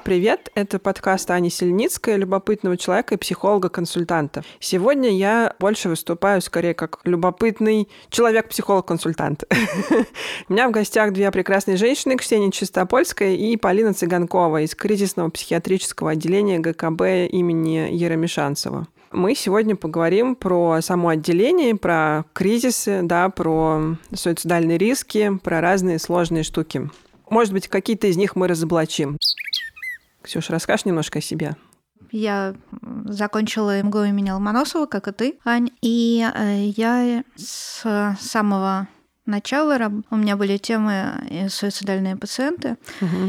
Привет, это подкаст Ани Сельницкой, любопытного человека и психолога-консультанта. Сегодня я больше выступаю скорее как любопытный человек-психолог-консультант. У меня в гостях две прекрасные женщины, Ксения Чистопольская и Полина Цыганкова из кризисного психиатрического отделения ГКБ имени Еремишанцева. Мы сегодня поговорим про само отделение, про кризисы, да, про суицидальные риски, про разные сложные штуки. Может быть, какие-то из них мы разоблачим. Ксюша, расскажешь немножко о себе? Я закончила МГУ имени Ломоносова, как и ты, Ань. И я с самого начала, у меня были темы суицидальные пациенты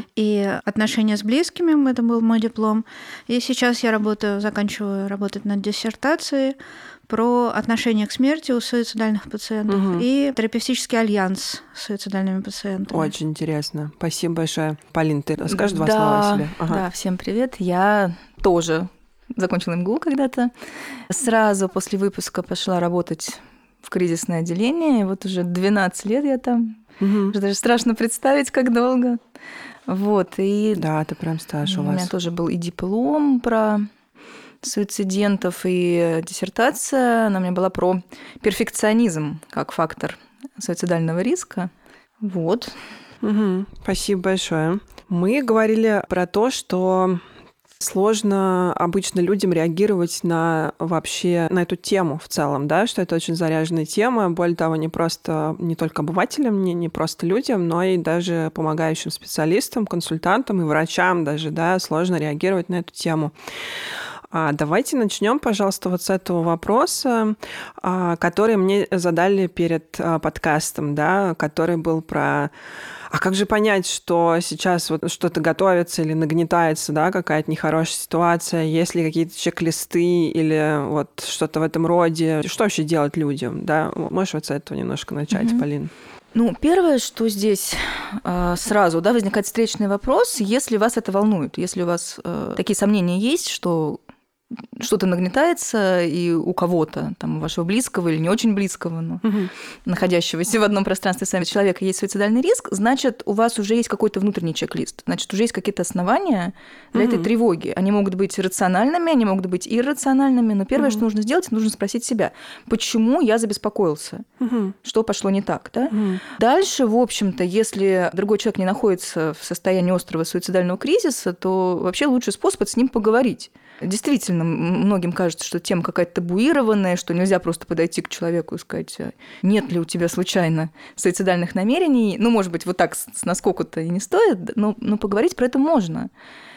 и отношения с близкими, это был мой диплом. И сейчас я заканчиваю работать над диссертацией про отношения к смерти у суицидальных пациентов и терапевтический альянс с суицидальными пациентами. Очень интересно. Спасибо большое. Полин, ты расскажешь два слова о себе? Да, всем привет. Я тоже закончила МГУ когда-то. Сразу после выпуска пошла работать в кризисное отделение. И вот уже 12 лет я там. Уже даже страшно представить, как долго. Вот, и да, ты прям стаж у вас. У меня тоже был и диплом про суицидентов, и диссертация. Она у меня была про перфекционизм как фактор суицидального риска. Вот. Спасибо большое. Мы говорили про то, что сложно обычно людям реагировать на эту тему в целом, да, что это очень заряженная тема, более того, не только обывателям, не просто людям, но и даже помогающим специалистам, консультантам и врачам даже, да, сложно реагировать на эту тему. Давайте начнем, пожалуйста, вот с этого вопроса, который мне задали перед подкастом, да, который был про как же понять, что сейчас вот что-то готовится или нагнетается, да, какая-то нехорошая ситуация, есть ли какие-то чек-листы или вот что-то в этом роде? Что вообще делать людям, да? Можешь вот с этого немножко начать, Полин? Ну, первое, что здесь сразу, да, возникает встречный вопрос, если вас это волнует, если у вас такие сомнения есть, что что-то нагнетается, и у кого-то, там, у вашего близкого или не очень близкого, но находящегося в одном пространстве с вами человека есть суицидальный риск, значит, у вас уже есть какой-то внутренний чек-лист, значит, уже есть какие-то основания для этой тревоги. Они могут быть рациональными, они могут быть иррациональными, но первое, что нужно сделать, нужно спросить себя, почему я забеспокоился, что пошло не так, да? Дальше, в общем-то, если другой человек не находится в состоянии острого суицидального кризиса, то вообще лучший способ – это с ним поговорить. Действительно, многим кажется, что тема какая-то табуированная, что нельзя просто подойти к человеку и сказать, нет ли у тебя случайно суицидальных намерений. Ну, может быть, вот так с наскоку-то и не стоит, но поговорить про это можно.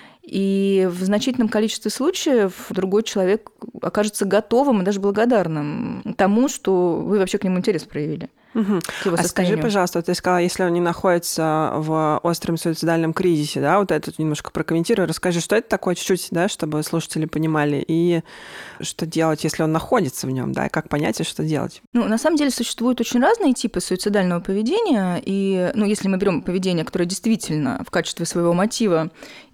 И в значительном количестве случаев другой человек окажется готовым и даже благодарным тому, что вы вообще к нему интерес проявили. Скажи, пожалуйста, ты сказала, если он не находится в остром суицидальном кризисе, да, вот это немножко прокомментируй, расскажи, что это такое чуть-чуть, да, чтобы слушатели понимали, и что делать, если он находится в нем, да, и как понять, и что делать? Ну, на самом деле существуют очень разные типы суицидального поведения, и, если мы берем поведение, которое действительно в качестве своего мотива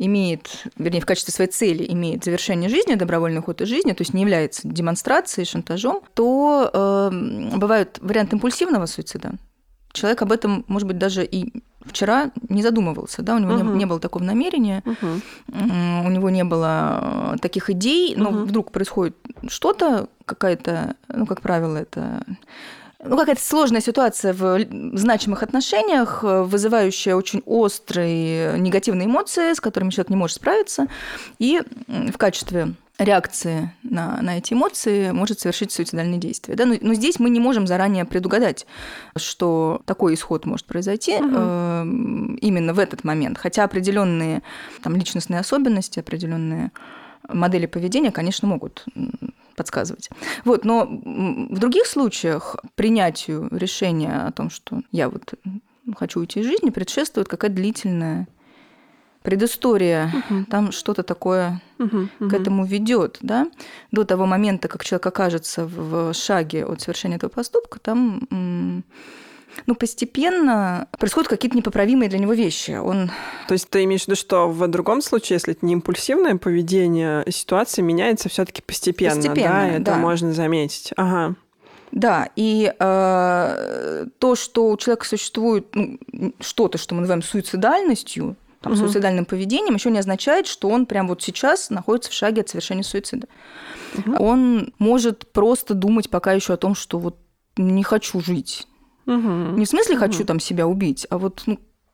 в качестве своей цели имеет завершение жизни, добровольный уход из жизни, то есть не является демонстрацией, шантажом, то бывают варианты импульсивного суицида. Человек об этом, может быть, даже и вчера не задумывался, да, у него не было такого намерения, у него не было таких идей, но вдруг происходит что-то, какая-то, как правило, это какая-то сложная ситуация в значимых отношениях, вызывающая очень острые негативные эмоции, с которыми человек не может справиться, и в качестве реакции на эти эмоции может совершить суицидальные действия. Да? Но здесь мы не можем заранее предугадать, что такой исход может произойти именно в этот момент. Хотя определенные личностные особенности, определенные модели поведения, конечно, могут подсказывать. Вот, но в других случаях принятию решения о том, что я хочу уйти из жизни, предшествует какая-то длительная предыстория, там что-то такое к этому ведет, да? До того момента, как человек окажется в шаге от совершения этого поступка, там постепенно происходят какие-то непоправимые для него вещи. То есть ты имеешь в виду, что в другом случае, если это не импульсивное поведение, ситуация меняется все-таки постепенно, да? Это можно заметить. Ага. Да, и то, что у человека существует что-то, что мы называем суицидальностью, там, суицидальным поведением, еще не означает, что он прямо вот сейчас находится в шаге от совершения суицида. Он может просто думать пока еще о том, что вот не хочу жить. Не в смысле хочу там себя убить, а вот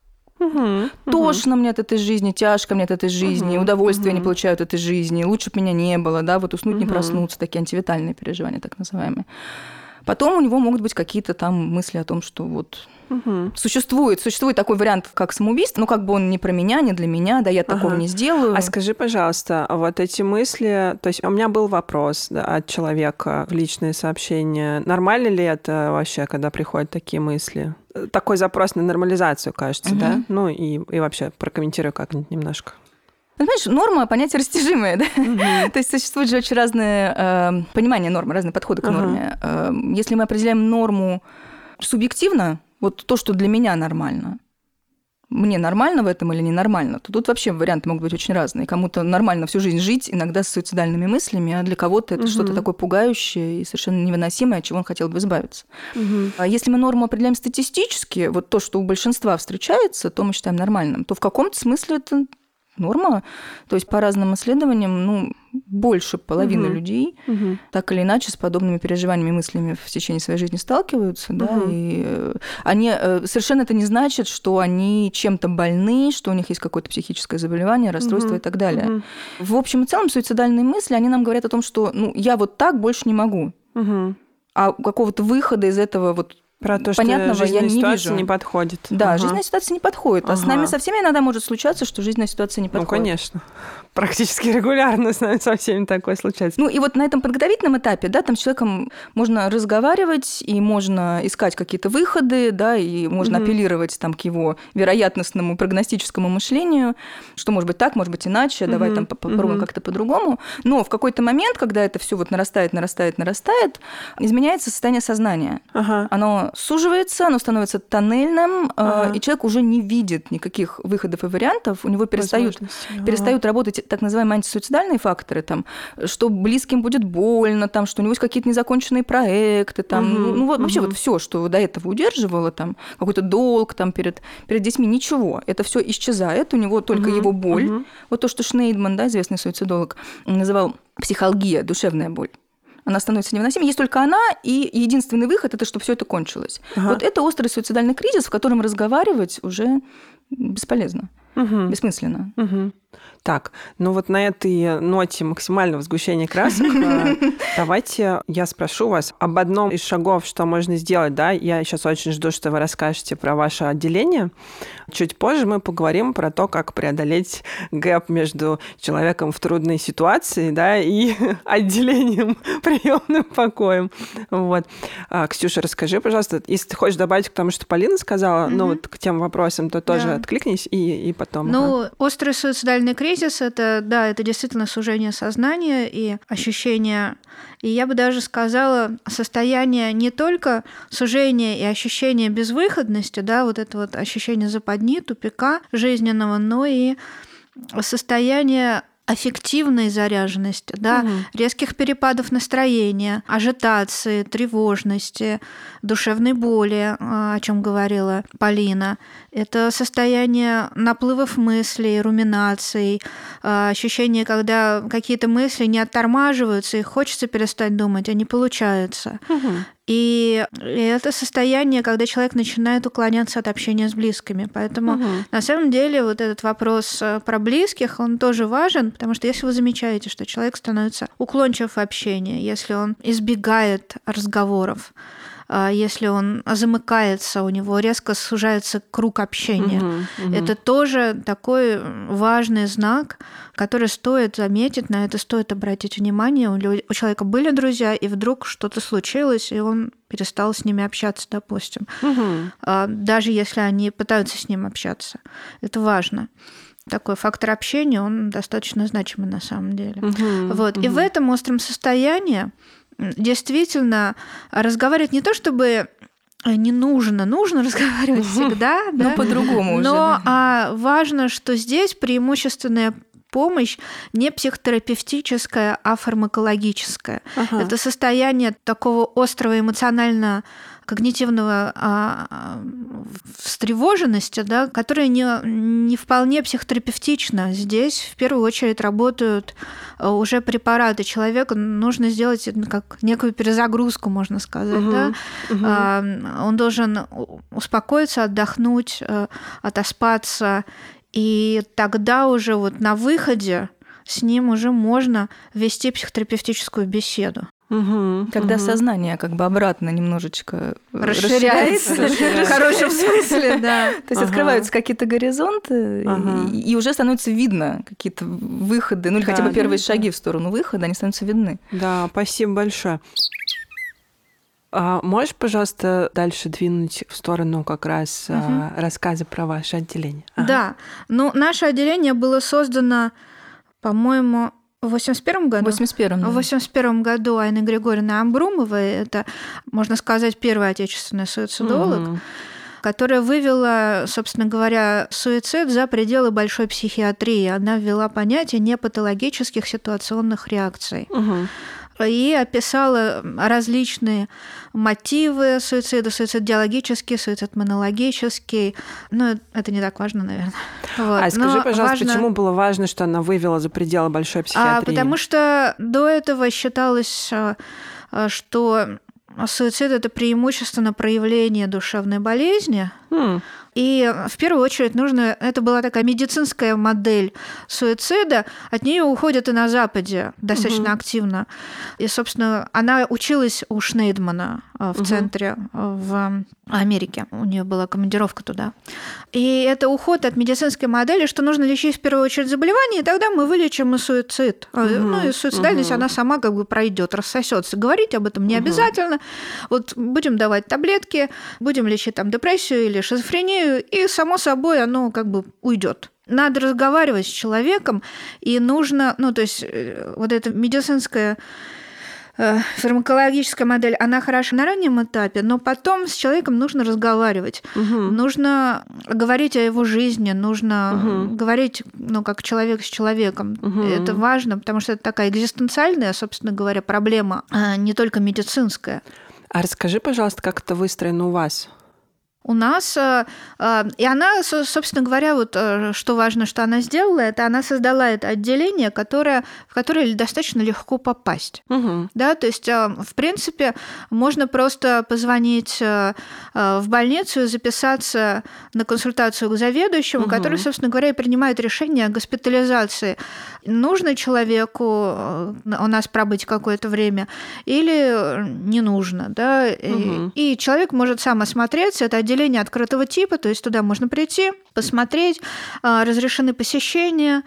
тошно мне от этой жизни, тяжко мне от этой жизни, удовольствия не получаю от этой жизни, лучше бы меня не было, да, вот уснуть, не проснуться, такие антивитальные переживания, так называемые. Потом у него могут быть какие-то там мысли о том, что вот существует такой вариант, как самоубийство, но как бы он не про меня, не для меня, да, я такого не сделаю. А скажи, пожалуйста, вот эти мысли, то есть у меня был вопрос, да, от человека в личные сообщения, нормально ли это вообще, когда приходят такие мысли? Такой запрос на нормализацию, кажется, да? Ну и вообще прокомментирую как-нибудь немножко. Понимаешь, норма – понятие растяжимое, да? То есть существует же очень разное понимание нормы, разные подходы к норме. Если мы определяем норму субъективно, вот то, что для меня нормально, мне нормально в этом или ненормально, то тут вообще варианты могут быть очень разные. Кому-то нормально всю жизнь жить, иногда с суицидальными мыслями, а для кого-то это что-то такое пугающее и совершенно невыносимое, от чего он хотел бы избавиться. А если мы норму определяем статистически, вот то, что у большинства встречается, то мы считаем нормальным, то в каком-то смысле это норма. То есть по разным исследованиям, больше половины людей так или иначе с подобными переживаниями и мыслями в течение своей жизни сталкиваются, да, и они совершенно это не значит, что они чем-то больны, что у них есть какое-то психическое заболевание, расстройство и так далее. В общем и целом суицидальные мысли, они нам говорят о том, что я вот так больше не могу. А какого-то выхода из этого вот про то, что жизненная ситуация не подходит. Да, жизненная ситуация не подходит. А с нами со всеми иногда может случаться, что жизненная ситуация не подходит. Ну, конечно. Практически регулярно с нами со всеми такое случается. И вот на этом подготовительном этапе, да, там с человеком можно разговаривать, и можно искать какие-то выходы, да, и можно апеллировать там к его вероятностному прогностическому мышлению, что может быть так, может быть иначе, давай там попробуем как-то по-другому. Но в какой-то момент, когда это все вот нарастает, изменяется состояние сознания. Оно суживается, оно становится тоннельным, и человек уже не видит никаких выходов и вариантов, у него перестают работать так называемые антисуицидальные факторы, там, что близким будет больно, там, что у него есть какие-то незаконченные проекты, там, вообще вот все, что до этого удерживало, там, какой-то долг там, перед детьми, ничего, это все исчезает, у него только его боль, вот то, что Шнейдман, да, известный суицидолог, называл психалгия, душевная боль. Она становится невыносимой. Есть только она, и единственный выход – это чтобы все это кончилось. Вот это острый суицидальный кризис, в котором разговаривать уже бесполезно, бессмысленно. Так, вот на этой ноте максимального сгущения красок давайте я спрошу вас об одном из шагов, что можно сделать. Да? Я сейчас очень жду, что вы расскажете про ваше отделение. Чуть позже мы поговорим про то, как преодолеть гэп между человеком в трудной ситуации, да, и отделением, приемным покоем. Вот. Ксюша, расскажи, пожалуйста, если ты хочешь добавить к тому, что Полина сказала, вот к тем вопросам, то тоже откликнись и потом. Острый суицидальный кризис – это действительно сужение сознания и ощущение, и я бы даже сказала, состояние не только сужения и ощущения безвыходности, да, вот это вот ощущение западни, тупика жизненного, но и состояние аффективной заряженности, да, резких перепадов настроения, ажитации, тревожности, душевной боли, о чем говорила Полина. Это состояние наплывов мыслей, руминаций, ощущение, когда какие-то мысли не оттормаживаются, и хочется перестать думать, а не получается. И это состояние, когда человек начинает уклоняться от общения с близкими. Поэтому на самом деле вот этот вопрос про близких, он тоже важен, потому что если вы замечаете, что человек становится уклончив в общении, если он избегает разговоров, если он замыкается, у него резко сужается круг общения. Это тоже такой важный знак, который стоит заметить, на это стоит обратить внимание. У человека были друзья, и вдруг что-то случилось, и он перестал с ними общаться, допустим. Даже если они пытаются с ним общаться. Это важно. Такой фактор общения, он достаточно значимый на самом деле. И в этом остром состоянии действительно разговаривать не то, чтобы не нужно разговаривать всегда, да, но по-другому уже. Но важно, что здесь преимущественная помощь не психотерапевтическая, а фармакологическая. Это состояние такого острого эмоционально-когнитивного встревоженности, да, которая не вполне психотерапевтична. Здесь в первую очередь работают уже препараты. Человеку нужно сделать как некую перезагрузку, можно сказать. Да? Он должен успокоиться, отдохнуть, отоспаться. И тогда уже вот на выходе с ним уже можно вести психотерапевтическую беседу. Когда сознание как бы обратно немножечко расширяется. В хорошем смысле, да. То есть открываются какие-то горизонты, и уже становится видно какие-то выходы, ну или хотя бы первые шаги в сторону выхода, они становятся видны. Да, спасибо большое. А можешь, пожалуйста, дальше двинуть в сторону как раз рассказа про ваше отделение? Да. Ну, наше отделение было создано, по-моему, в 81-м году? В 81-м, да. В 81-м году Айной Григорьевной Амбрумовой, это, можно сказать, первый отечественный суицидолог, которая вывела, собственно говоря, суицид за пределы большой психиатрии. Она ввела понятие непатологических ситуационных реакций. И описала различные мотивы суицида: суицид диалогический, суицид монологический. Но это не так важно, наверное. Вот. А скажи, пожалуйста, почему было важно, что она вывела за пределы большой психиатрии? Потому что до этого считалось, что суицид – это преимущественно проявление душевной болезни. И в первую очередь это была такая медицинская модель суицида, от нее уходят и на Западе достаточно активно. И, собственно, она училась у Шнейдмана в центре в Америке. У нее была командировка туда. И это уход от медицинской модели, что нужно лечить в первую очередь заболевание, и тогда мы вылечим и суицид. Ну и суицидальность, она сама как бы пройдет, рассосется. Говорить об этом не обязательно. Вот будем давать таблетки, будем лечить там депрессию или шизофрению, и само собой оно как бы уйдет. Надо разговаривать с человеком, и нужно, то есть вот эта медицинская фармакологическая модель, она хороша на раннем этапе, но потом с человеком нужно разговаривать. Нужно говорить о его жизни, нужно говорить, как человек с человеком. Это важно, потому что это такая экзистенциальная, собственно говоря, проблема, а не только медицинская. А расскажи, пожалуйста, как это выстроено у вас? У нас, и она, собственно говоря, вот что важно, что она сделала, это она создала это отделение, в которое достаточно легко попасть. Да, то есть, в принципе, можно просто позвонить в больницу и записаться на консультацию к заведующему, который, собственно говоря, и принимает решение о госпитализации. Нужно человеку у нас пробыть какое-то время или не нужно. Да? И человек может сам осмотреться, это отделение открытого типа, то есть туда можно прийти, посмотреть, разрешены посещения,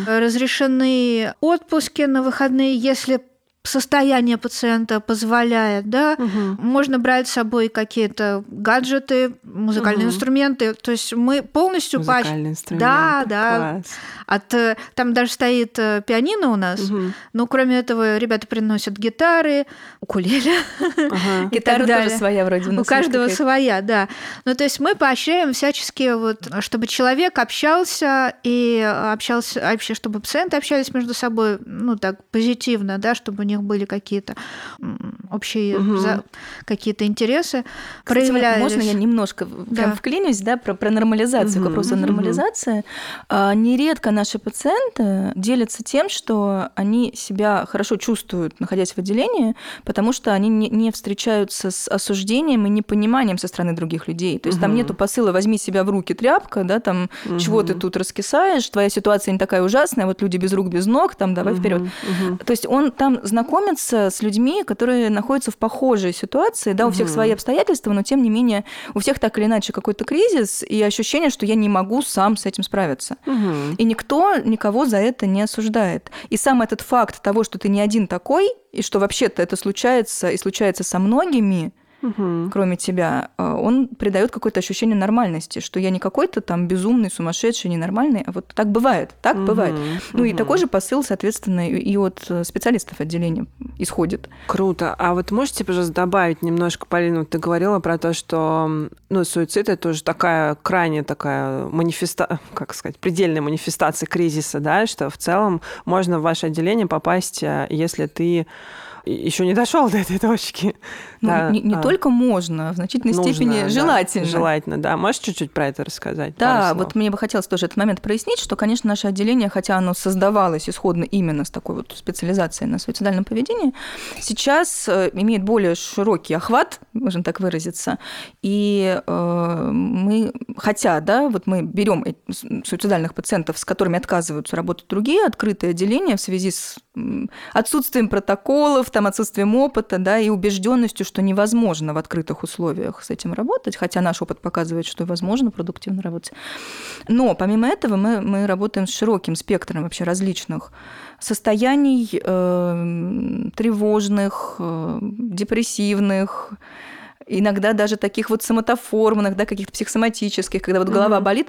разрешены отпуски на выходные, если состояние пациента позволяет, да, можно брать с собой какие-то гаджеты, музыкальные инструменты, то есть мы полностью музыкальные инструменты, да. Там даже стоит пианино у нас, но кроме этого ребята приносят гитары, укулеле. Гитара тоже своя вроде у нас. У каждого своя, да. Ну, то есть мы поощряем всячески, чтобы человек общался, вообще, чтобы пациенты общались между собой, так, позитивно, да, чтобы у них были какие-то общие какие-то интересы. Кстати, можно я немножко прям вклинюсь, да, про нормализацию, к вопросу о нормализации. Нередко наши пациенты делятся тем, что они себя хорошо чувствуют, находясь в отделении, потому что они не встречаются с осуждением и непониманием со стороны других людей. То есть там нету посыла «возьми себя в руки, тряпка», да, там чего ты тут раскисаешь, твоя ситуация не такая ужасная, вот люди без рук, без ног, там давай вперед. То есть он там знакомится с людьми, которые находятся в похожей ситуации, да, у всех свои обстоятельства, но тем не менее у всех так или иначе какой-то кризис и ощущение, что я не могу сам с этим справиться. И никто никого за это не осуждает. И сам этот факт того, что ты не один такой, и что вообще-то это случается и случается со многими, кроме тебя, он придает какое-то ощущение нормальности, что я не какой-то там безумный, сумасшедший, ненормальный, а вот так бывает, бывает. Ну и такой же посыл, соответственно, и от специалистов отделения исходит. Круто. А вот можете, пожалуйста, добавить немножко, Полина, ты говорила про то, что суицид – это уже такая крайне такая предельная манифестация кризиса, да, что в целом можно в ваше отделение попасть, если ты еще не дошел до этой точки. Ну, не только можно, в значительной степени желательно. Да, желательно, да. Можешь чуть-чуть про это рассказать? Да, вот мне бы хотелось тоже этот момент прояснить, что, конечно, наше отделение, хотя оно создавалось исходно именно с такой вот специализацией на суицидальном поведении, сейчас имеет более широкий охват, можно так выразиться, и мы, хотя, да, вот мы берем суицидальных пациентов, с которыми отказываются работать другие открытые отделения в связи с отсутствием протоколов, там, отсутствием опыта, да, и убежденностью, что невозможно в открытых условиях с этим работать, хотя наш опыт показывает, что возможно продуктивно работать. Но помимо этого мы работаем с широким спектром вообще различных состояний, тревожных, депрессивных, иногда даже таких вот соматоформных, да, каких-то психосоматических, когда вот голова болит,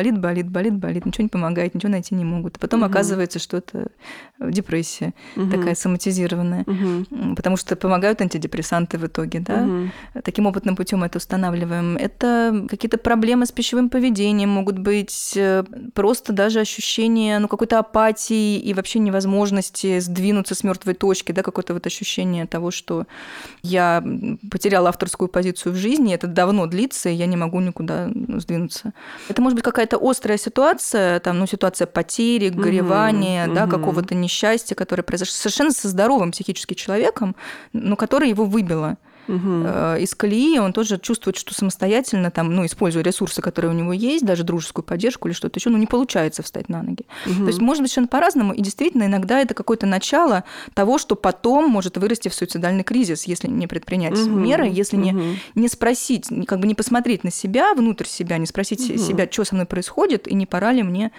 ничего не помогает, ничего найти не могут. А потом оказывается, что это депрессия такая соматизированная, потому что помогают антидепрессанты в итоге, да. Таким опытным путем это устанавливаем. Это какие-то проблемы с пищевым поведением могут быть, просто даже ощущение, какой-то апатии и вообще невозможности сдвинуться с мертвой точки, да, какое-то вот ощущение того, что я потеряла авторскую позицию в жизни, это давно длится, и я не могу никуда сдвинуться. Это может быть какая-то острая ситуация, там, ситуация потери, горевания, да, какого-то несчастья, которое произошло совершенно со здоровым психически человеком, но которое его выбило из колеи, он тоже чувствует, что самостоятельно, там, используя ресурсы, которые у него есть, даже дружескую поддержку или что-то еще, не получается встать на ноги. То есть может быть совершенно по-разному, и действительно иногда это какое-то начало того, что потом может вырасти в суицидальный кризис, если не предпринять меры, если не спросить, как бы не посмотреть на себя, внутрь себя, не спросить себя, что со мной происходит, и не пора ли мне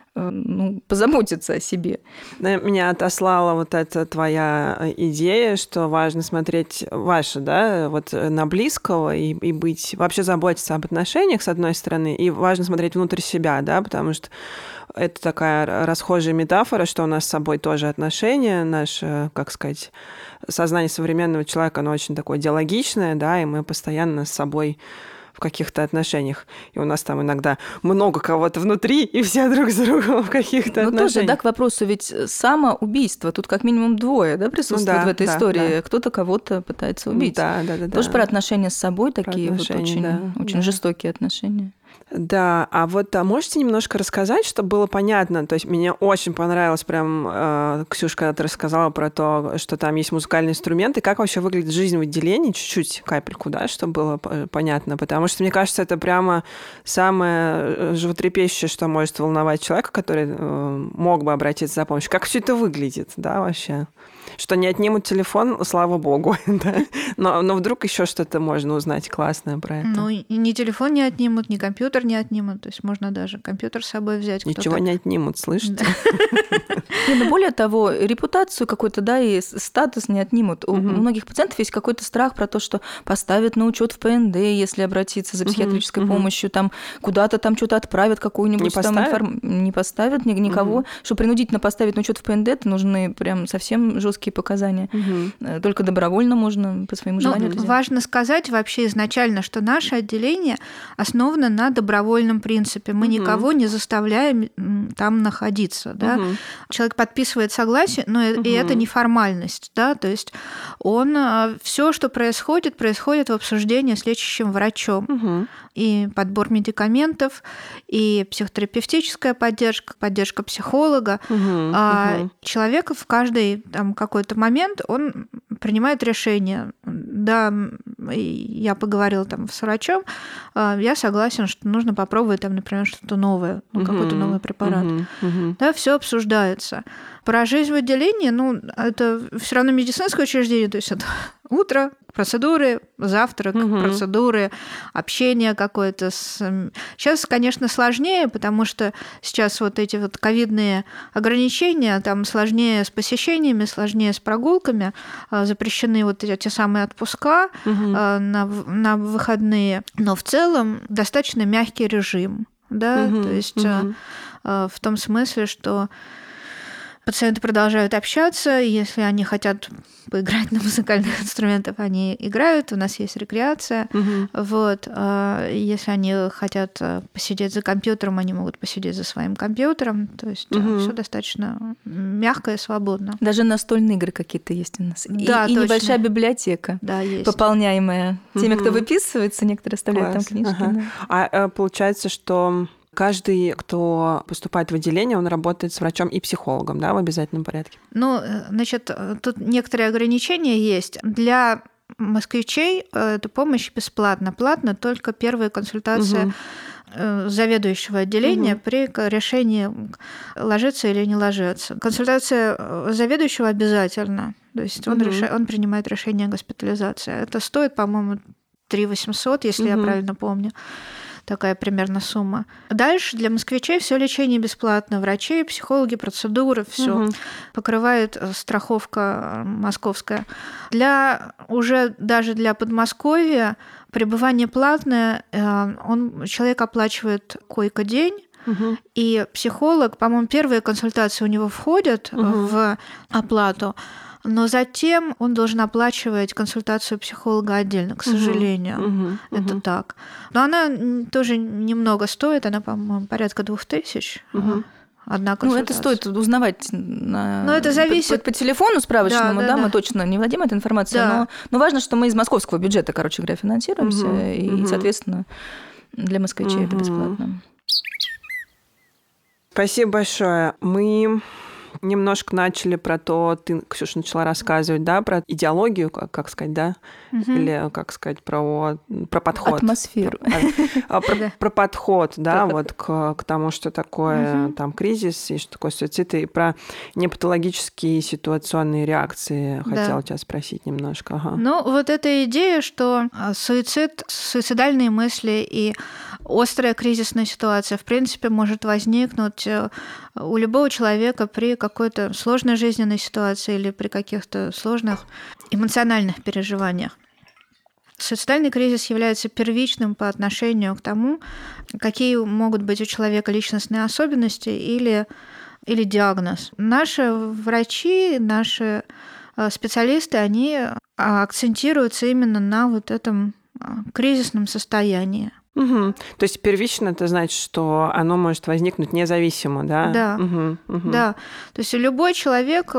позаботиться о себе. Меня отослала вот эта твоя идея, что важно смотреть ваши, да, вот на близкого и быть, вообще заботиться об отношениях, с одной стороны, и важно смотреть внутрь себя, да, потому что это такая расхожая метафора, что у нас с собой тоже отношения, наше, как сказать, сознание современного человека, оно очень такое диалогичное, да, и мы постоянно с собой в каких-то отношениях. И у нас там иногда много кого-то внутри, и все друг с другом в каких-то отношениях. Тоже, да, к вопросу, ведь самоубийство, тут как минимум двое, да, присутствует в этой истории. Да. Кто-то кого-то пытается убить. Да. Тоже про отношения с собой, такие вот очень жестокие отношения. Да, а можете немножко рассказать, чтобы было понятно? То есть мне очень понравилось прям, Ксюш, когда ты рассказала про то, что там есть музыкальные инструменты, как вообще выглядит жизнь в отделении, чуть-чуть, капельку, да, чтобы было понятно, потому что, мне кажется, это прямо самое животрепещущее, что может волновать человека, который мог бы обратиться за помощью. Как все это выглядит, да, вообще? Что не отнимут телефон, слава богу, да? Но вдруг еще что-то можно узнать классное про это. Ни телефон не отнимут, ни компьютер не отнимут, то есть можно даже компьютер с собой взять. Ничего не отнимут, слышите? Более того, репутацию какой-то, да, и статус не отнимут. У многих пациентов есть какой-то страх про то, что поставят на учет в ПНД, если обратиться за психиатрической помощью, там куда-то там что-то отправят, какую-нибудь там информацию. Не поставят никого. Чтобы принудительно поставить на учет в ПНД, это нужны прям совсем жесткие показания. Только добровольно можно по своему желанию. Важно сказать вообще изначально, что наше отделение основано на добровольном принципе. Мы никого не заставляем там находиться. Да? Человек подписывает согласие, но и это не формальность. Да? То есть все, что происходит в обсуждении с лечащим врачом. И подбор медикаментов, и психотерапевтическая поддержка психолога. Человек в каждый какой-то момент он принимает решение. Да, я поговорила с врачом, я согласен, что нужно попробовать, например, что-то новое, какой-то новый препарат. Да, все обсуждается. Про жизнь в отделении, это все равно медицинское учреждение, то есть это утро, процедуры, завтрак, процедуры, общение какое-то. Сейчас, конечно, сложнее, потому что сейчас вот эти ковидные ограничения, там сложнее с посещениями, сложнее с прогулками, запрещены эти самые отпуска на выходные. Но в целом достаточно мягкий режим, да, то есть в том смысле, что Пациенты продолжают общаться, если они хотят поиграть на музыкальных инструментах, они играют, у нас есть рекреация. Вот. Если они хотят посидеть за компьютером, они могут посидеть за своим компьютером. То есть все достаточно мягко и свободно. Даже настольные игры какие-то есть у нас. Да, и небольшая библиотека, да, есть. Пополняемая теми, кто выписывается, некоторые оставляют там книжки. Да. А получается, что каждый, кто поступает в отделение, он работает с врачом и психологом, да, в обязательном порядке? Ну, значит, тут некоторые ограничения есть. Для москвичей эта помощь бесплатна. Платно только первая консультация заведующего отделения при решении, ложиться или не ложиться. Консультация заведующего обязательна. То есть он принимает решение о госпитализации. Это стоит, по-моему, 3 800, если я правильно помню. Такая примерно сумма. Дальше для москвичей все лечение бесплатно. Врачи, психологи, процедуры, все покрывает страховка московская. Даже для Подмосковья пребывание платное, человек оплачивает койко-день, и психолог, по-моему, первые консультации у него входят в оплату, но затем он должен оплачивать консультацию психолога отдельно, к сожалению. Это так. Но она тоже немного стоит, она, по-моему, порядка 2000. Одна консультация. Ну, это стоит узнавать это зависит... по телефону справочному, да. Мы точно не владеем этой информацией, но важно, что мы из московского бюджета, короче говоря, финансируемся, и, соответственно, для москвичей это бесплатно. Спасибо большое. Мы немножко начали про то, ты, Ксюша, начала рассказывать, да, про идеологию, как сказать, да, или, как сказать, про подход. Атмосферу. Про подход, да, вот к тому, что такое там кризис и что такое суицид, и про непатологические ситуационные реакции хотела тебя спросить немножко. Ну, вот эта идея, что суицид, суицидальные мысли и острая кризисная ситуация, в принципе, может возникнуть у любого человека при какой-то сложной жизненной ситуации или при каких-то сложных эмоциональных переживаниях. Суицидальный кризис является первичным по отношению к тому, какие могут быть у человека личностные особенности или диагноз. Наши врачи, наши специалисты, они акцентируются именно на вот этом кризисном состоянии. То есть первично это значит, что оно может возникнуть независимо, да? Да. Да. То есть любой человек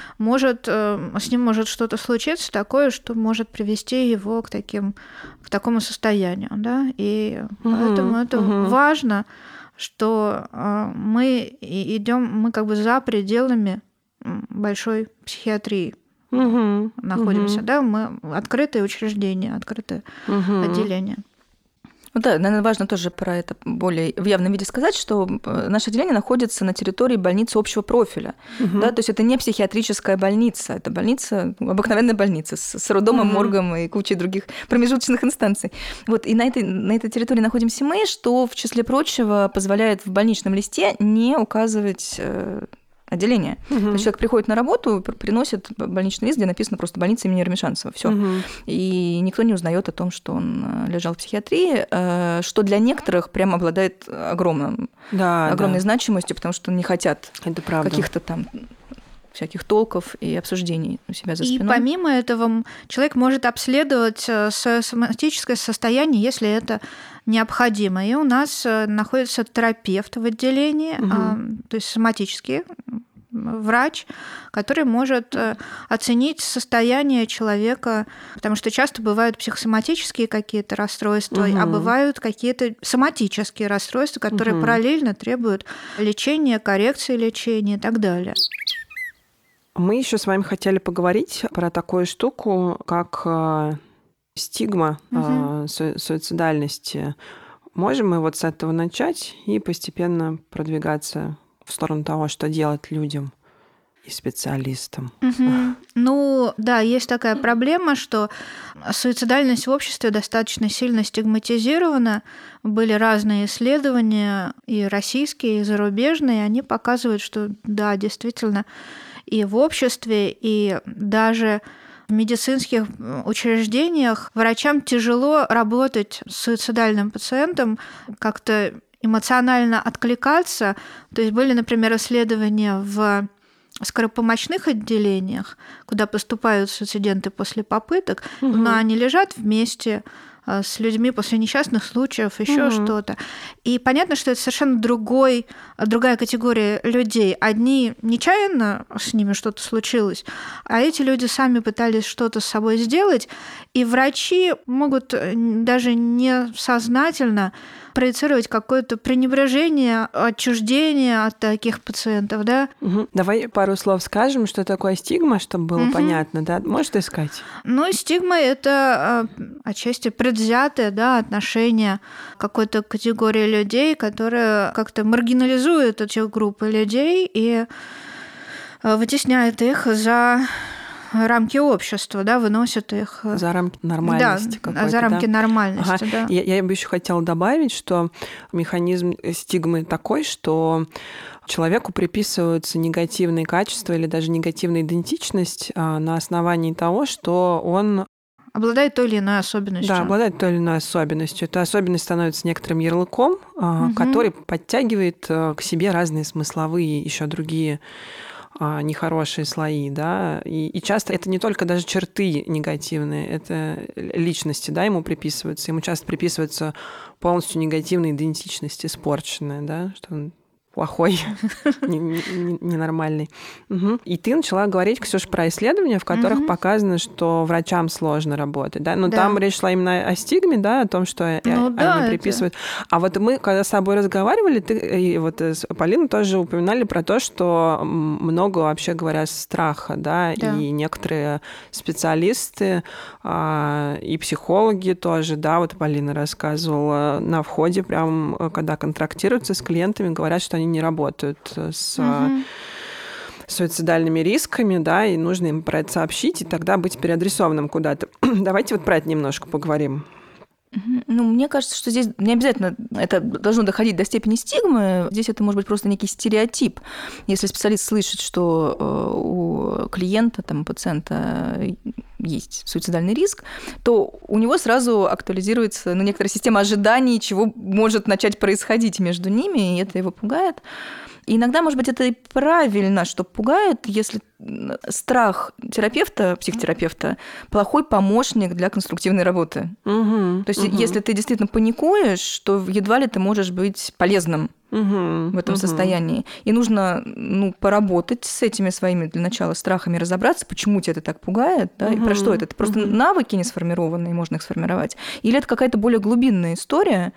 с ним может что-то случиться такое, что может привести его к такому состоянию, да? И поэтому это важно, что мы как бы за пределами большой психиатрии находимся, да? Мы открытые учреждения, открытые отделения. Ну да, наверное, важно тоже про это более в явном виде сказать, что наше отделение находится на территории больницы общего профиля. Да, то есть это не психиатрическая больница, это больница, обыкновенная больница с роддомом, моргом и кучей других промежуточных инстанций. Вот, и на этой территории находимся мы, что, в числе прочего, позволяет в больничном листе не указывать отделение. То есть человек приходит на работу, приносит больничный лист, где написано просто больница имени Ремешанцева. Все. И никто не узнает о том, что он лежал в психиатрии, что для некоторых прям обладает огромной значимостью, потому что не хотят каких-то там всяких толков и обсуждений у себя за спиной. И помимо этого человек может обследовать свое соматическое состояние, если это необходимо. И у нас находится терапевт в отделении, то есть соматический врач, который может оценить состояние человека, потому что часто бывают психосоматические какие-то расстройства, а бывают какие-то соматические расстройства, которые параллельно требуют лечения, коррекции лечения и так далее. Мы еще с вами хотели поговорить про такую штуку, как стигма суицидальности. Можем мы вот с этого начать и постепенно продвигаться в сторону того, что делать людям и специалистам? Ну, да, есть такая проблема, что суицидальность в обществе достаточно сильно стигматизирована. Были разные исследования, и российские, и зарубежные, и они показывают, что да, действительно, и в обществе, и даже в медицинских учреждениях врачам тяжело работать с суицидальным пациентом, как-то эмоционально откликаться. То есть были, например, исследования в скоропомощных отделениях, куда поступают суициденты после попыток, но они лежат вместе с людьми после несчастных случаев, еще что-то. И понятно, что это совершенно другая категория людей. Одни нечаянно с ними что-то случилось, а эти люди сами пытались что-то с собой сделать, и врачи могут даже несознательно проецировать какое-то пренебрежение, отчуждение от таких пациентов, да? Давай пару слов скажем, что такое стигма, чтобы было понятно, да? Можешь искать? Ну, стигма – это отчасти предвзятое, да, отношение какой-то категории людей, которая как-то маргинализует эти группы людей и вытесняет их за рамки общества, да, выносят их... За рамки нормальности какой-то, за рамки нормальности, да. Я бы еще хотела добавить, что механизм стигмы такой, что человеку приписываются негативные качества или даже негативная идентичность на основании того, что он обладает той или иной особенностью. Да, обладает той или иной особенностью. Эта особенность становится некоторым ярлыком, который подтягивает к себе разные смысловые, еще другие нехорошие слои, да, и часто это не только даже черты негативные, это личности, да, ему приписываются, ему часто приписываются полностью негативные идентичности, испорченные, да, что он плохой, ненормальный. И ты начала говорить, Ксюша, про исследования, в которых показано, что врачам сложно работать. Да? Но там речь шла именно о стигме, да, о том, что они приписывают. А вот мы, когда с тобой разговаривали, ты и вот с Полиной тоже упоминали про то, что много, вообще говоря, страха, да, и некоторые специалисты и психологи тоже, да, вот Полина рассказывала, на входе прям, когда контрактируются с клиентами, говорят, что они не работают с суицидальными рисками, да, и нужно им про это сообщить, и тогда быть переадресованным куда-то. Давайте вот про это немножко поговорим. Ну, мне кажется, что здесь не обязательно это должно доходить до степени стигмы. Здесь это может быть просто некий стереотип. Если специалист слышит, что у клиента, там, у пациента есть суицидальный риск, то у него сразу актуализируется некоторая система ожиданий, чего может начать происходить между ними, и это его пугает. И иногда, может быть, это и правильно, что пугает, если страх терапевта, психотерапевта, плохой помощник для конструктивной работы. То есть, если ты действительно паникуешь, то едва ли ты можешь быть полезным в этом состоянии. И нужно поработать с этими своими для начала страхами, разобраться, почему тебя это так пугает, да, и про что это. Это просто навыки не сформированные, можно их сформировать. Или это какая-то более глубинная история,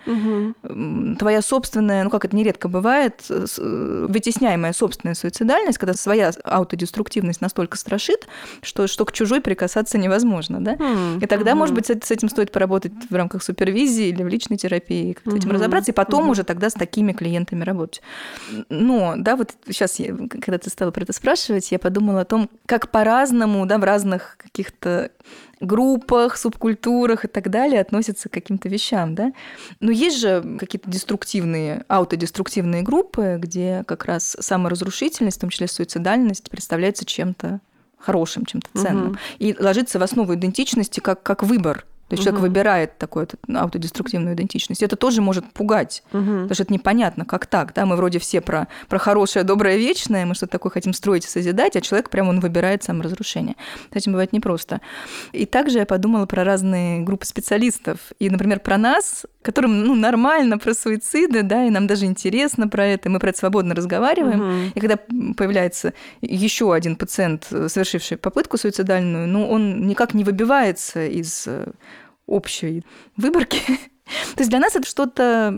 твоя собственная, как это нередко бывает, вытесняемая собственная суицидальность, когда своя аутодеструктивность настолько страшит, что к чужой прикасаться невозможно. Да? И тогда, может быть, с этим стоит поработать в рамках супервизии или в личной терапии, как-то с этим разобраться, и потом уже тогда с такими клиентами работать. Но, да, вот сейчас, когда ты стала про это спрашивать, я подумала о том, как по-разному, да, в разных каких-то группах, субкультурах и так далее относятся к каким-то вещам, да. Но есть же какие-то деструктивные, аутодеструктивные группы, где как раз саморазрушительность, в том числе суицидальность, представляется чем-то хорошим, чем-то ценным. И ложится в основу идентичности как выбор. То есть человек выбирает такую аутодеструктивную идентичность. Это тоже может пугать, потому что это непонятно, как так. Да? Мы вроде все про хорошее, доброе, вечное, мы что-то такое хотим строить и созидать, а человек прямо он выбирает саморазрушение. С этим бывает непросто. И также я подумала про разные группы специалистов. И, например, про нас, которым нормально про суициды, да, и нам даже интересно про это, и мы про это свободно разговариваем. И когда появляется еще один пациент, совершивший попытку суицидальную, он никак не выбивается из общей выборки. То есть для нас это что-то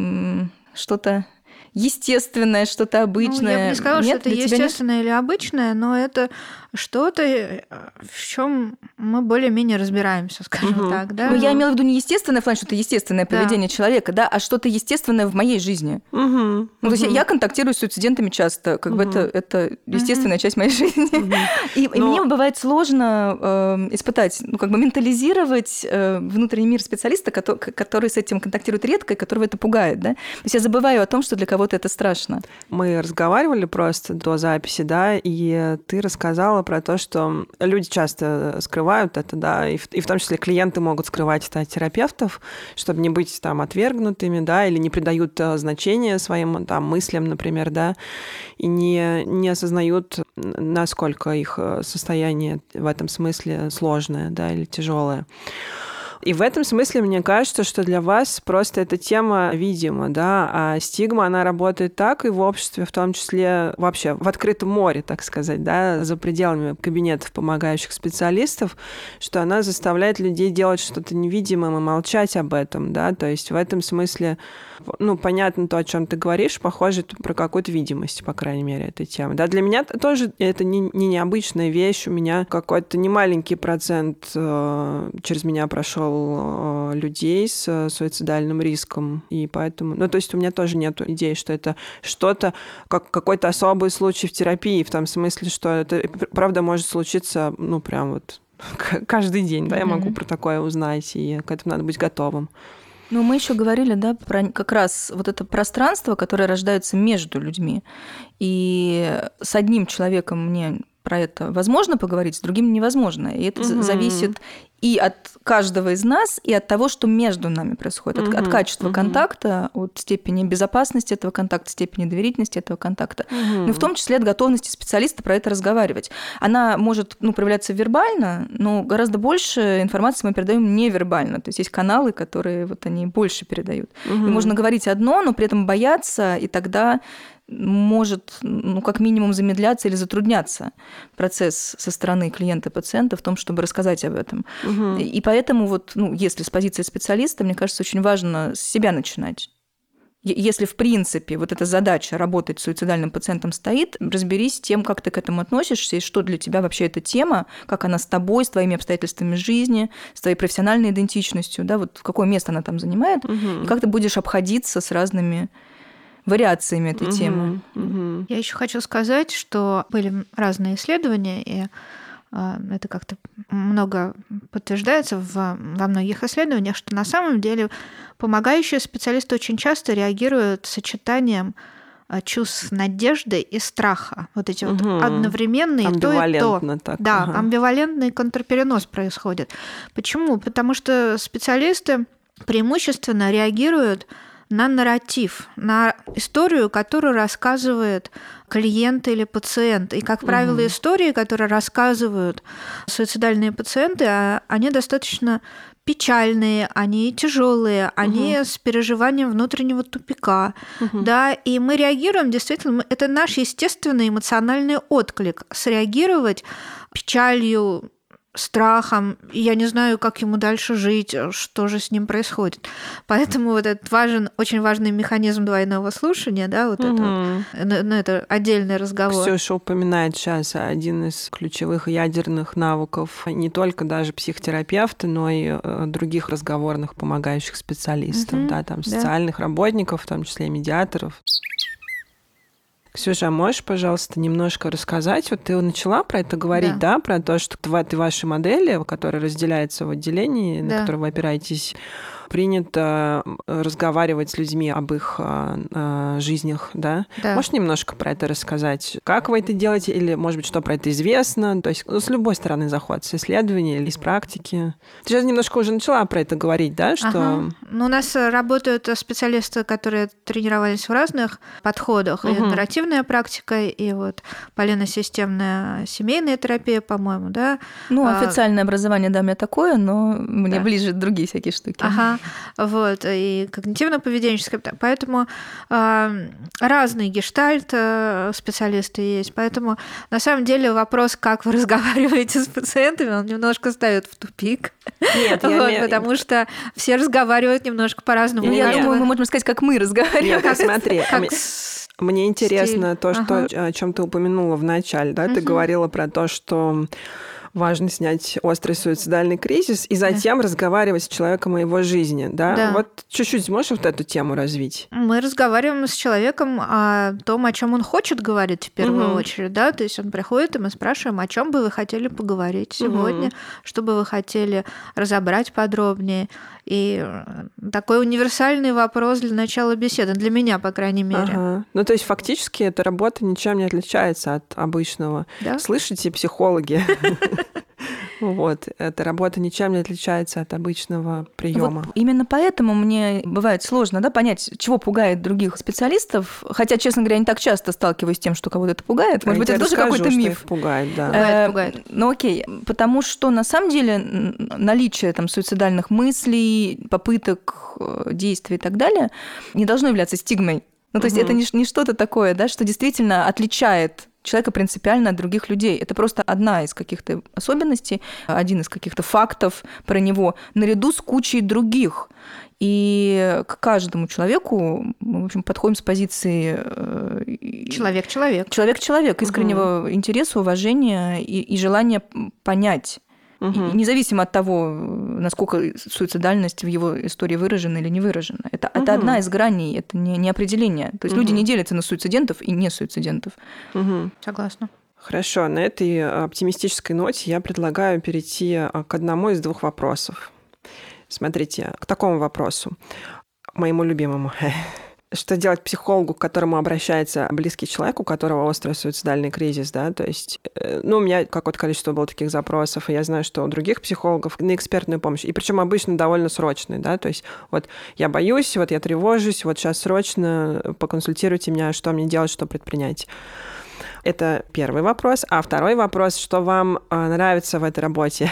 естественное, что-то обычное. Я бы не сказала, Нет, что это естественное или обычное, но это что-то, в чем мы более-менее разбираемся, скажем так. Да? Я имела в виду не естественное в плане, что это естественное поведение человека, да, а что-то естественное в моей жизни. То есть я контактирую с суицидентами часто, это естественная часть моей жизни. И мне бывает сложно испытать, ментализировать внутренний мир специалиста, который с этим контактирует редко и которого это пугает. Да? То есть я забываю о том, что для кого-то кого-то это страшно. Мы разговаривали просто до записи, да, и ты рассказала про то, что люди часто скрывают это, да, и в том числе клиенты могут скрывать это от терапевтов, чтобы не быть там отвергнутыми, да, или не придают значения своим там мыслям, например, да, и не осознают, насколько их состояние в этом смысле сложное, да, или тяжелое. И в этом смысле мне кажется, что для вас просто эта тема видима, да, а стигма, она работает так и в обществе, в том числе вообще в открытом море, так сказать, да, за пределами кабинетов помогающих специалистов, что она заставляет людей делать что-то невидимым и молчать об этом, да, то есть в этом смысле, ну, понятно то, о чем ты говоришь, похоже про какую-то видимость, по крайней мере, этой темы, да, для меня тоже это не необычная вещь, у меня какой-то немаленький процент через меня прошел людей с суицидальным риском, и поэтому... Ну, то есть у меня тоже нет идеи, что это что-то, как какой-то особый случай в терапии, в том смысле, что это, правда, может случиться, ну, прям вот каждый день, да, я могу про такое узнать, и к этому надо быть готовым. Ну, мы еще говорили, да, про как раз вот это пространство, которое рождается между людьми. И с одним человеком мне про это возможно поговорить, с другим невозможно. И это зависит и от каждого из нас, и от того, что между нами происходит, от качества контакта, от степени безопасности этого контакта, степени доверительности этого контакта, ну, в том числе от готовности специалиста про это разговаривать. Она может, ну, проявляться вербально, но гораздо больше информации мы передаем невербально. То есть есть каналы, которые вот они больше передают. И можно говорить одно, но при этом бояться, и тогда может, ну, как минимум замедляться или затрудняться процесс со стороны клиента-пациента в том, чтобы рассказать об этом. И поэтому вот, ну, если с позиции специалиста, мне кажется, очень важно с себя начинать. Если, в принципе, вот эта задача работать с суицидальным пациентом стоит, разберись с тем, как ты к этому относишься, и что для тебя вообще эта тема, как она с тобой, с твоими обстоятельствами жизни, с твоей профессиональной идентичностью, да, вот какое место она там занимает, и как ты будешь обходиться с разными вариациями этой темы. Я еще хочу сказать, что были разные исследования, и это как-то много подтверждается во многих исследованиях, что на самом деле помогающие специалисты очень часто реагируют сочетанием чувств надежды и страха. Вот эти вот одновременные то и то. Так. Да, амбивалентный контрперенос происходит. Почему? Потому что специалисты преимущественно реагируют на нарратив, на историю, которую рассказывает клиент или пациент. И, как правило, истории, которые рассказывают суицидальные пациенты, они достаточно печальные, они тяжелые, они с переживанием внутреннего тупика. Да, и мы реагируем, действительно, это наш естественный эмоциональный отклик. Среагировать печалью, страхом, и я не знаю, как ему дальше жить, что же с ним происходит. Поэтому вот этот очень важный механизм двойного слушания, да, вот это отдельный разговор. Ксюша упоминает сейчас один из ключевых ядерных навыков не только даже психотерапевта, но и других разговорных помогающих специалистов, да, там социальных работников, в том числе и медиаторов. Ксюша, а можешь, пожалуйста, немножко рассказать? Вот ты начала про это говорить, да, про то, что в этой вашей модели, которая разделяется в отделении, на которой вы опираетесь, принято разговаривать с людьми об их жизнях, да? Можешь немножко про это рассказать? Как вы это делаете? Или, может быть, что про это известно? То есть с любой стороны заход, с исследований или из практики. Ты сейчас немножко уже начала про это говорить, да? Что... Ну, у нас работают специалисты, которые тренировались в разных подходах. И нарративная практика, и вот полиносистемная семейная терапия, по-моему, да? Ну, официальное образование, да, у меня такое, но мне ближе другие всякие штуки. Вот, и когнитивно-поведенческая. Поэтому разные гештальт-специалисты есть. Поэтому, на самом деле, вопрос, как вы разговариваете с пациентами, он немножко ставит в тупик. Нет, потому что все разговаривают немножко по-разному. Я думаю, мы можем сказать, как мы разговариваем. Нет, смотри. Мне интересно то, о чем ты упомянула в начале. Да? Ты говорила про то, что важно снять острый суицидальный кризис и затем разговаривать с человеком о его жизни. Да? Вот чуть-чуть можешь вот эту тему развить? Мы разговариваем с человеком о том, о чем он хочет говорить в первую очередь. Да? То есть он приходит, и мы спрашиваем, о чем бы вы хотели поговорить сегодня, что бы вы хотели разобрать подробнее. И такой универсальный вопрос для начала беседы, для меня, по крайней мере. Ага. Ну, то есть фактически эта работа ничем не отличается от обычного. Да? Слышите, психологи? Вот, эта работа ничем не отличается от обычного приема. Вот именно поэтому мне бывает сложно, да, понять, чего пугает других специалистов. Хотя, честно говоря, я не так часто сталкиваюсь с тем, что кого-то это пугает. Может быть, это тоже какой-то миф. Пугает, да. Пугает. Ну окей, потому что на самом деле наличие там суицидальных мыслей, попыток, действий и так далее не должно являться стигмой. Ну, то есть это не что-то такое, да, что действительно отличает человека принципиально от других людей. Это просто одна из каких-то особенностей, один из каких-то фактов про него, наряду с кучей других. И к каждому человеку мы, в общем, подходим с позиции... Человек-человек. Человек-человек, искреннего интереса, уважения и желания понять. И независимо от того, насколько суицидальность в его истории выражена или не выражена. Это одна из граней, это не определение. То есть люди не делятся на суицидентов и не суицидентов. Согласна. Хорошо, на этой оптимистической ноте я предлагаю перейти к одному из двух вопросов. Смотрите, к такому вопросу, моему любимому. Что делать психологу, к которому обращается близкий человек, у которого острый суицидальный кризис, да, то есть, ну, у меня какое-то количество было таких запросов, и я знаю, что у других психологов на экспертную помощь, и причем обычно довольно срочную, да, то есть вот я боюсь, вот я тревожусь, вот сейчас срочно поконсультируйте меня, что мне делать, что предпринять. Это первый вопрос. А второй вопрос, что вам нравится в этой работе?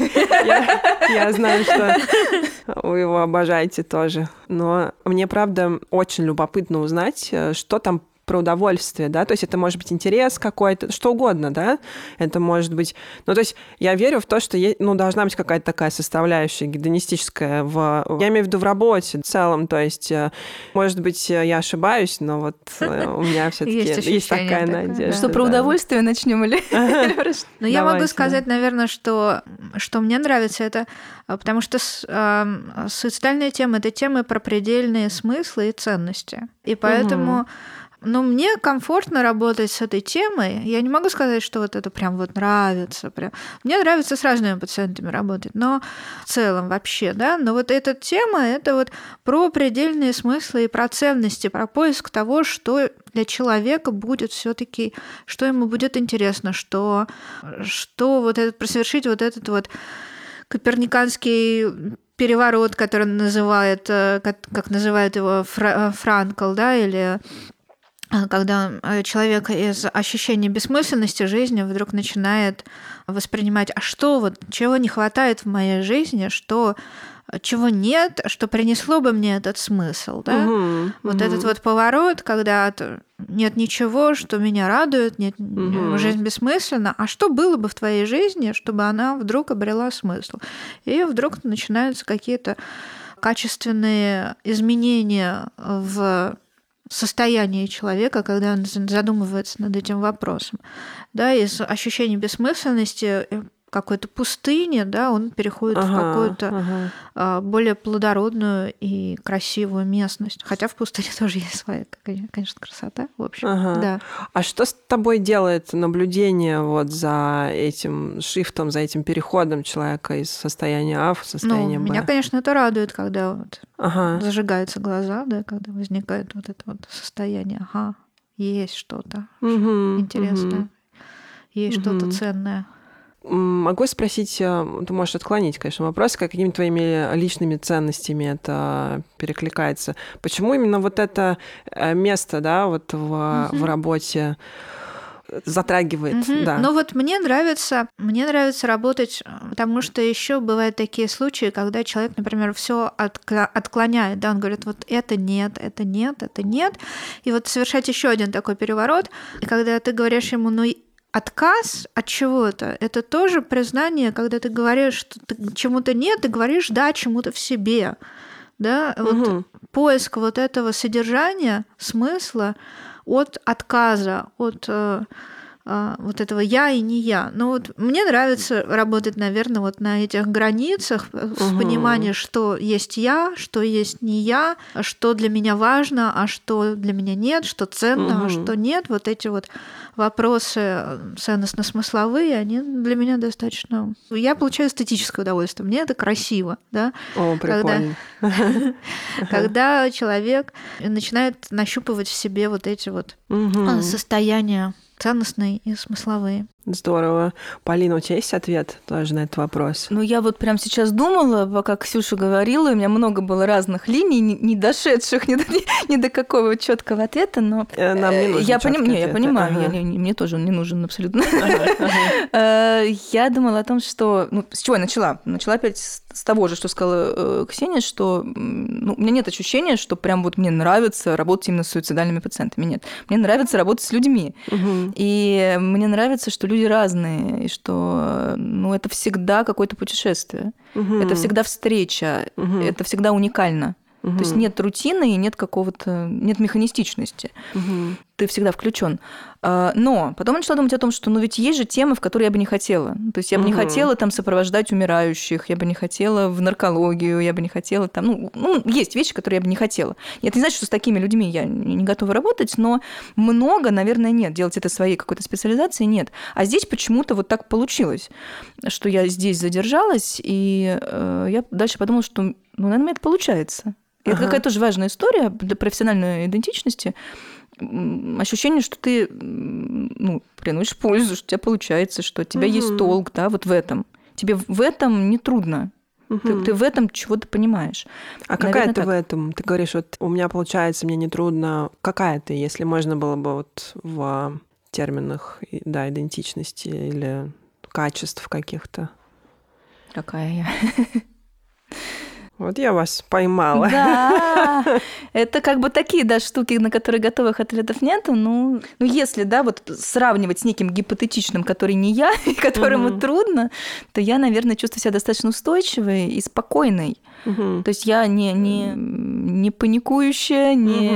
Я знаю, что вы его обожаете тоже. Но мне, правда, очень любопытно узнать, что там про удовольствие, да, то есть это может быть интерес какой-то, что угодно, да, это может быть, ну, то есть я верю в то, что должна быть какая-то такая составляющая гедонистическая я имею в виду в работе в целом, то есть, может быть, я ошибаюсь, но вот у меня все-таки есть такая надежда. Что про удовольствие начнем или? Ну, я могу сказать, наверное, что мне нравится это, потому что суицидальная тема — это тема про предельные смыслы и ценности, и поэтому мне комфортно работать с этой темой. Я не могу сказать, что вот это прям вот нравится. Мне нравится с разными пациентами работать, но в целом вообще, да. Но вот эта тема — это вот про предельные смыслы и про ценности, про поиск того, что для человека будет все-таки, что ему будет интересно, что вот этот, совершить вот этот вот коперниканский переворот, который называет, как называет его Франкл, да, или когда человек из ощущения бессмысленности жизни вдруг начинает воспринимать, а что вот, чего не хватает в моей жизни, чего нет, что принесло бы мне этот смысл, да? Вот этот вот поворот, когда нет ничего, что меня радует, нет, жизнь бессмысленна, а что было бы в твоей жизни, чтобы она вдруг обрела смысл? И вдруг начинаются какие-то качественные изменения в состоянии человека, когда он задумывается над этим вопросом. Да, из ощущения бессмысленности, какой-то пустыни, да, он переходит в какую-то более плодородную и красивую местность. Хотя в пустыне тоже есть своя, конечно, красота, в общем. Да. А что с тобой делает наблюдение вот за этим шифтом, за этим переходом человека из состояния А в состояние Б? Меня, конечно, это радует, когда вот зажигаются глаза, да, когда возникает вот это вот состояние. Есть что-то интересное, есть что-то ценное. Могу спросить, ты можешь отклонить, конечно, вопрос, какими твоими личными ценностями это перекликается? Почему именно вот это место, да, вот в работе затрагивает? Да. Ну вот мне нравится работать, потому что еще бывают такие случаи, когда человек, например, все отклоняет, да, он говорит, вот это нет, это нет, это нет, и вот совершать еще один такой переворот, и когда ты говоришь ему, отказ от чего-то — это тоже признание, когда ты говоришь, что чему-то нет, ты говоришь «да» чему-то в себе. Да? Вот поиск вот этого содержания, смысла от отказа, от вот этого я и не я. Но вот мне нравится работать, наверное, вот на этих границах, с пониманием, что есть я, что есть не я, что для меня важно, а что для меня нет, что ценно, а что нет. Вот эти вот вопросы ценностно-смысловые, они для меня достаточно... Я получаю эстетическое удовольствие, мне это красиво, да? О, прикольно. Когда человек начинает нащупывать в себе вот эти вот состояния ценностные и смысловые. Здорово. Полина, у тебя есть ответ тоже на этот вопрос? Ну, я вот прямо сейчас думала, пока Ксюша говорила, у меня много было разных линий, не дошедших ни до какого четкого ответа, но... Нам не нужен я понимаю, мне тоже он не нужен абсолютно. Я думала о том, что... Ну, с чего я начала? Начала опять с того же, что сказала Ксения, что у меня нет ощущения, что прям вот мне нравится работать именно с суицидальными пациентами. Нет. Мне нравится работать с людьми. И мне нравится, что люди разные, и что это всегда какое-то путешествие. Это всегда встреча, это всегда уникально. То есть нет рутины и нет нет механистичности. Ты всегда включен. Но потом я начала думать о том, что ведь есть же темы, в которые я бы не хотела. То есть я бы не хотела там сопровождать умирающих, я бы не хотела в наркологию, я бы не хотела там... есть вещи, которые я бы не хотела. И это не значит, что с такими людьми я не готова работать, но много, наверное, нет. Делать это своей какой-то специализацией нет. А здесь почему-то вот так получилось, что я здесь задержалась, и я дальше подумала, что, наверное, мне это получается. И это какая-то тоже важная история для профессиональной идентичности. Ощущение, что ты приносишь пользу, что у тебя получается, что у тебя есть толк, да, вот в этом. Тебе в этом не трудно. Ты в этом чего-то понимаешь. А какая ты в этом? Ты говоришь, вот у меня получается, мне не трудно. Какая ты, если можно было бы вот в терминах, да, идентичности или качеств каких-то? Какая я? Вот я вас поймала. Да, это как бы такие, да, штуки, на которые готовых ответов нету. Если, да, вот сравнивать с неким гипотетичным, который не я, и которому трудно, то я, наверное, чувствую себя достаточно устойчивой и спокойной. То есть я не паникующая,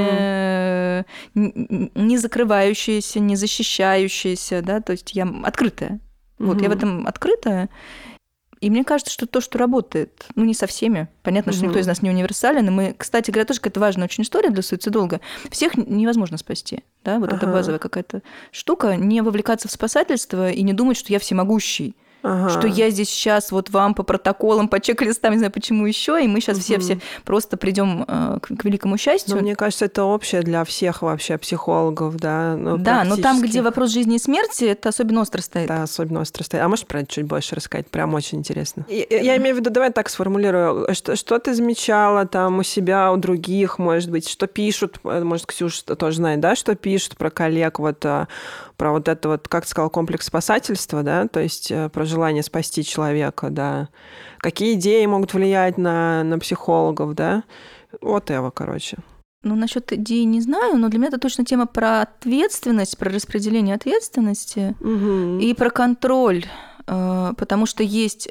не закрывающаяся, не защищающаяся, да, то есть я открытая. Вот, я в этом открытая. И мне кажется, что то, что работает, не со всеми. Понятно, что никто из нас не универсален. И мы, кстати говоря, тоже какая-то важная очень история для суицидолога. Всех невозможно спасти. Да? Вот это базовая какая-то штука. Не вовлекаться в спасательство и не думать, что я всемогущий. Что я здесь сейчас вот вам по протоколам, по чек-листам, не знаю почему еще, и мы сейчас все просто придем к великому счастью. Но мне кажется, это общее для всех вообще психологов, да. Да, но там, где вопрос жизни и смерти, это особенно остро стоит. Да, особенно остро стоит. А можешь про это чуть больше рассказать? Прям очень интересно. Я имею в виду, давай так сформулирую. Что ты замечала там у себя, у других, может быть, что пишут, может, Ксюша тоже знает, да, что пишут про коллег, вот про вот это вот, как ты сказал, комплекс спасательства, да, то есть про желание спасти человека, да. Какие идеи могут влиять на психологов, да? Вот Эва, короче. Насчет идей не знаю, но для меня это точно тема про ответственность, про распределение ответственности и про контроль. Потому что есть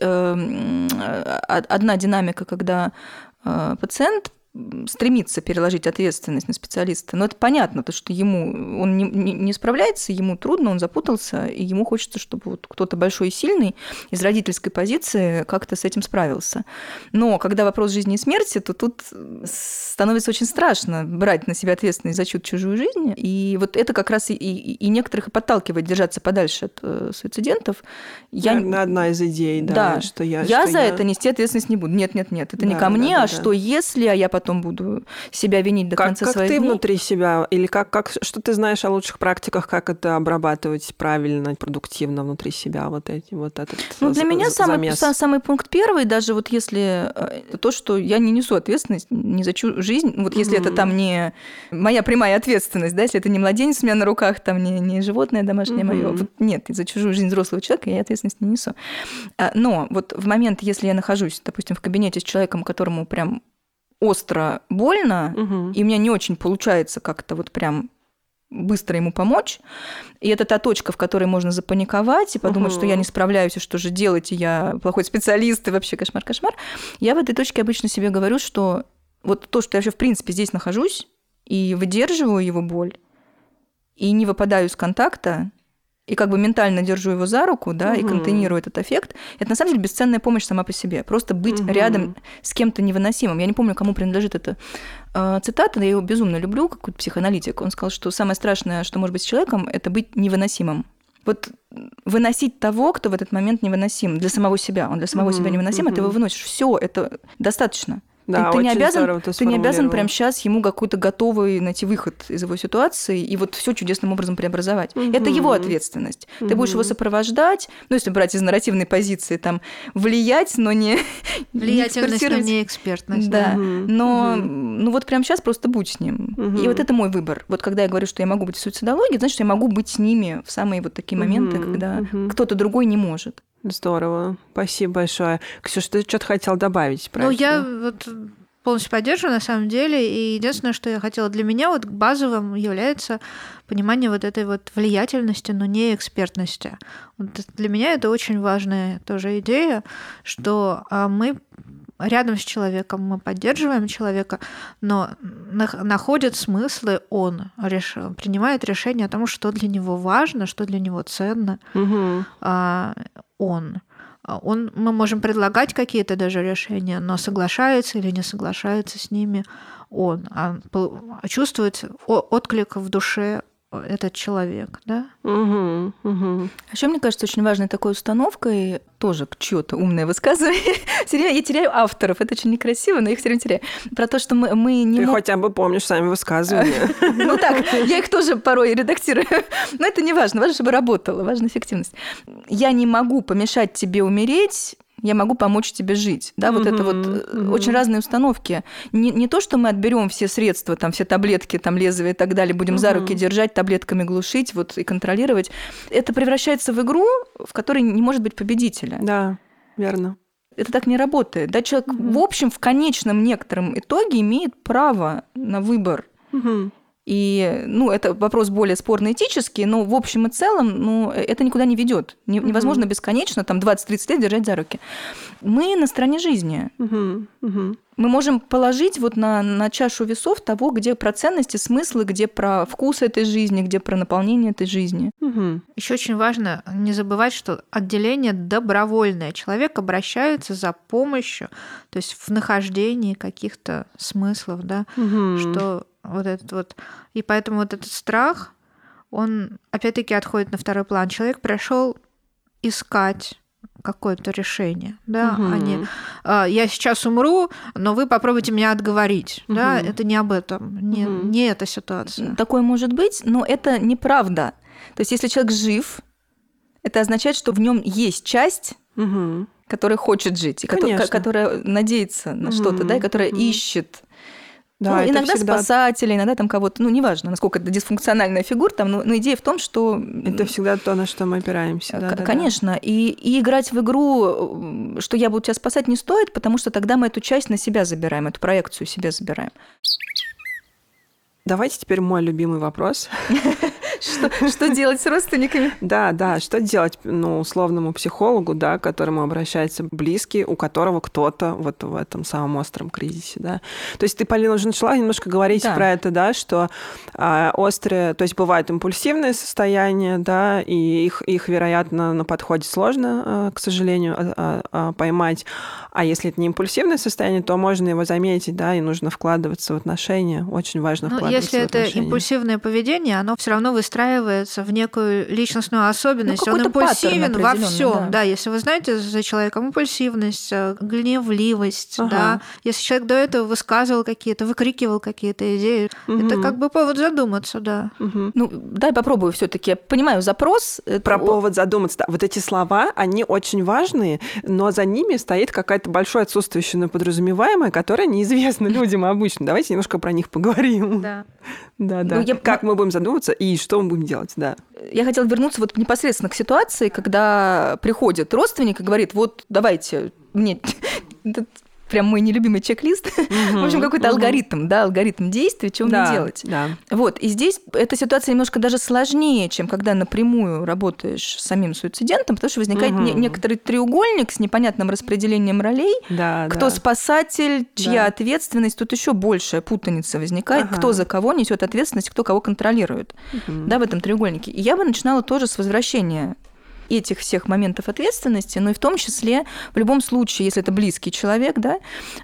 одна динамика, когда пациент стремится переложить ответственность на специалиста. Но это понятно, то, что он не справляется, ему трудно, он запутался, и ему хочется, чтобы вот кто-то большой и сильный из родительской позиции как-то с этим справился. Но когда вопрос жизни и смерти, то тут становится очень страшно брать на себя ответственность за чью-то чужую жизнь. И вот это как раз и некоторых и подталкивает держаться подальше от суицидентов. Одна из идей, да. Что я за это нести ответственность не буду. Нет, это не ко мне, а что если, я потом буду себя винить до конца своих дней. Как ты внутри себя, или что ты знаешь о лучших практиках, как это обрабатывать правильно, продуктивно внутри себя, для меня самый пункт первый, даже вот если то, что я не несу ответственность ни за чью жизнь, вот если это там не моя прямая ответственность, да, если это не младенец у меня на руках, там не животное домашнее мое, вот нет, за чужую жизнь взрослого человека я ответственность не несу. Но вот в момент, если я нахожусь, допустим, в кабинете с человеком, которому прям остро больно, и у меня не очень получается как-то вот прям быстро ему помочь, и это та точка, в которой можно запаниковать и подумать, что я не справляюсь, и что же делать, и я плохой специалист, и вообще кошмар. Я в этой точке обычно себе говорю, что вот то, что я вообще в принципе здесь нахожусь, и выдерживаю его боль, и не выпадаю из контакта, и как бы ментально держу его за руку, да, и контейнирую этот аффект, это на самом деле бесценная помощь сама по себе. Просто быть рядом с кем-то невыносимым. Я не помню, кому принадлежит эта цитата, но я его безумно люблю, какой-то психоаналитик. Он сказал, что самое страшное, что может быть с человеком, это быть невыносимым. Вот выносить того, кто в этот момент невыносим для самого себя. Он для самого себя невыносим, а ты его выносишь. Все, это достаточно. Да, ты не обязан прямо сейчас сейчас ему какой-то готовый найти выход из его ситуации и вот все чудесным образом преобразовать. Это его ответственность. Ты будешь его сопровождать, ну, если брать из нарративной позиции, там, влиять, но не Влиятельность, но не экспертность. Да, но ну вот прямо сейчас просто будь с ним. И вот это мой выбор. Вот когда я говорю, что я могу быть в суицидологии, значит, я могу быть с ними в самые вот такие моменты, когда кто-то другой не может. Здорово. Спасибо большое. Ксюш, ты что-то хотела добавить про это? Я вот полностью поддерживаю, на самом деле. И единственное, что я хотела, для меня вот базовым является понимание вот этой вот влиятельности, но не экспертности. Вот для меня это очень важная тоже идея, что мы рядом с человеком, мы поддерживаем человека, но находит смыслы он, принимает решение о том, что для него важно, что для него ценно. Мы можем предлагать какие-то даже решения, но соглашается или не соглашается с ними он, чувствует отклик в душе этот человек, да? Еще, мне кажется, очень важной такой установкой, тоже чьё-то умное высказывание, я теряю авторов, это очень некрасиво, но я их все время теряю, про то, что мы не... Ты хотя бы помнишь сами высказывания. Ну так, я их тоже порой редактирую, но это не важно, важно, чтобы работало, важна эффективность. Я не могу помешать тебе умереть, я могу помочь тебе жить. Да, вот это вот очень разные установки. Не то, что мы отберем все средства, там, все таблетки, там, лезвия и так далее, будем за руки держать, таблетками глушить вот, и контролировать. Это превращается в игру, в которой не может быть победителя. Да, верно. Это так не работает. Да, человек, в общем, в конечном некотором итоге имеет право на выбор. И, это вопрос более спорный этический, но в общем и целом, это никуда не ведет. Невозможно бесконечно, там, 20-30 лет держать за руки. Мы на стороне жизни. Мы можем положить вот на чашу весов того, где про ценности, смыслы, где про вкус этой жизни, где про наполнение этой жизни. Еще очень важно не забывать, что отделение добровольное. Человек обращается за помощью, то есть в нахождении каких-то смыслов, да, что вот этот вот. И поэтому вот этот страх, он опять-таки отходит на второй план. Человек пришел искать какое-то решение, да, а не я сейчас умру, но вы попробуйте меня отговорить, да, это не об этом, не эта ситуация. Такое может быть, но это неправда. То есть если человек жив, это означает, что в нем есть часть, которая хочет жить, и которая надеется на что-то, да, и которая ищет. Да, иногда всегда... спасателя, иногда там кого-то, неважно, насколько это дисфункциональная фигура, там, но идея в том, что... Это всегда то, на что мы опираемся. Конечно. И играть в игру, что я буду тебя спасать, не стоит, потому что тогда мы эту часть на себя забираем, эту проекцию себе забираем. Давайте теперь мой любимый вопрос. Что делать с родственниками? Да, что делать, условному психологу, да, к которому обращается близкий, у которого кто-то вот в этом самом остром кризисе, да. То есть ты, Полина, уже начала немножко говорить про это, да, что острые, то есть бывают импульсивные состояния, да, и их, вероятно, на подходе сложно, к сожалению, поймать. А если это не импульсивное состояние, то можно его заметить, да, и нужно вкладываться в отношения. Очень важно вкладываться в отношения. Если это импульсивное поведение, оно все равно выстраивается в некую личностную особенность. Он импульсивен во всем. Да, если вы знаете за человеком импульсивность, гневливость, да. Если человек до этого выкрикивал какие-то идеи, это как бы повод задуматься, да. Дай попробую все-таки. Я понимаю запрос. Про повод задуматься. Да. Вот эти слова, они очень важные, но за ними стоит какая-то большое отсутствующее, но подразумеваемое, которое неизвестно людям обычно. Давайте немножко про них поговорим. Да. Да. Как мы будем задумываться и что мы будем делать, да. Я хотела вернуться вот непосредственно к ситуации, когда приходит родственник и говорит, вот давайте мне прям мой нелюбимый чек-лист. В общем, какой-то алгоритм, да, алгоритм действий, что мне делать. Да. Вот, и здесь эта ситуация немножко даже сложнее, чем когда напрямую работаешь с самим суицидентом, потому что возникает некоторый треугольник с непонятным распределением ролей. Кто спасатель, чья ответственность, тут еще большая путаница возникает, кто за кого несет ответственность, кто кого контролирует, да, в этом треугольнике. И я бы начинала тоже с возвращения этих всех моментов ответственности, но и в том числе, в любом случае, если это близкий человек, да,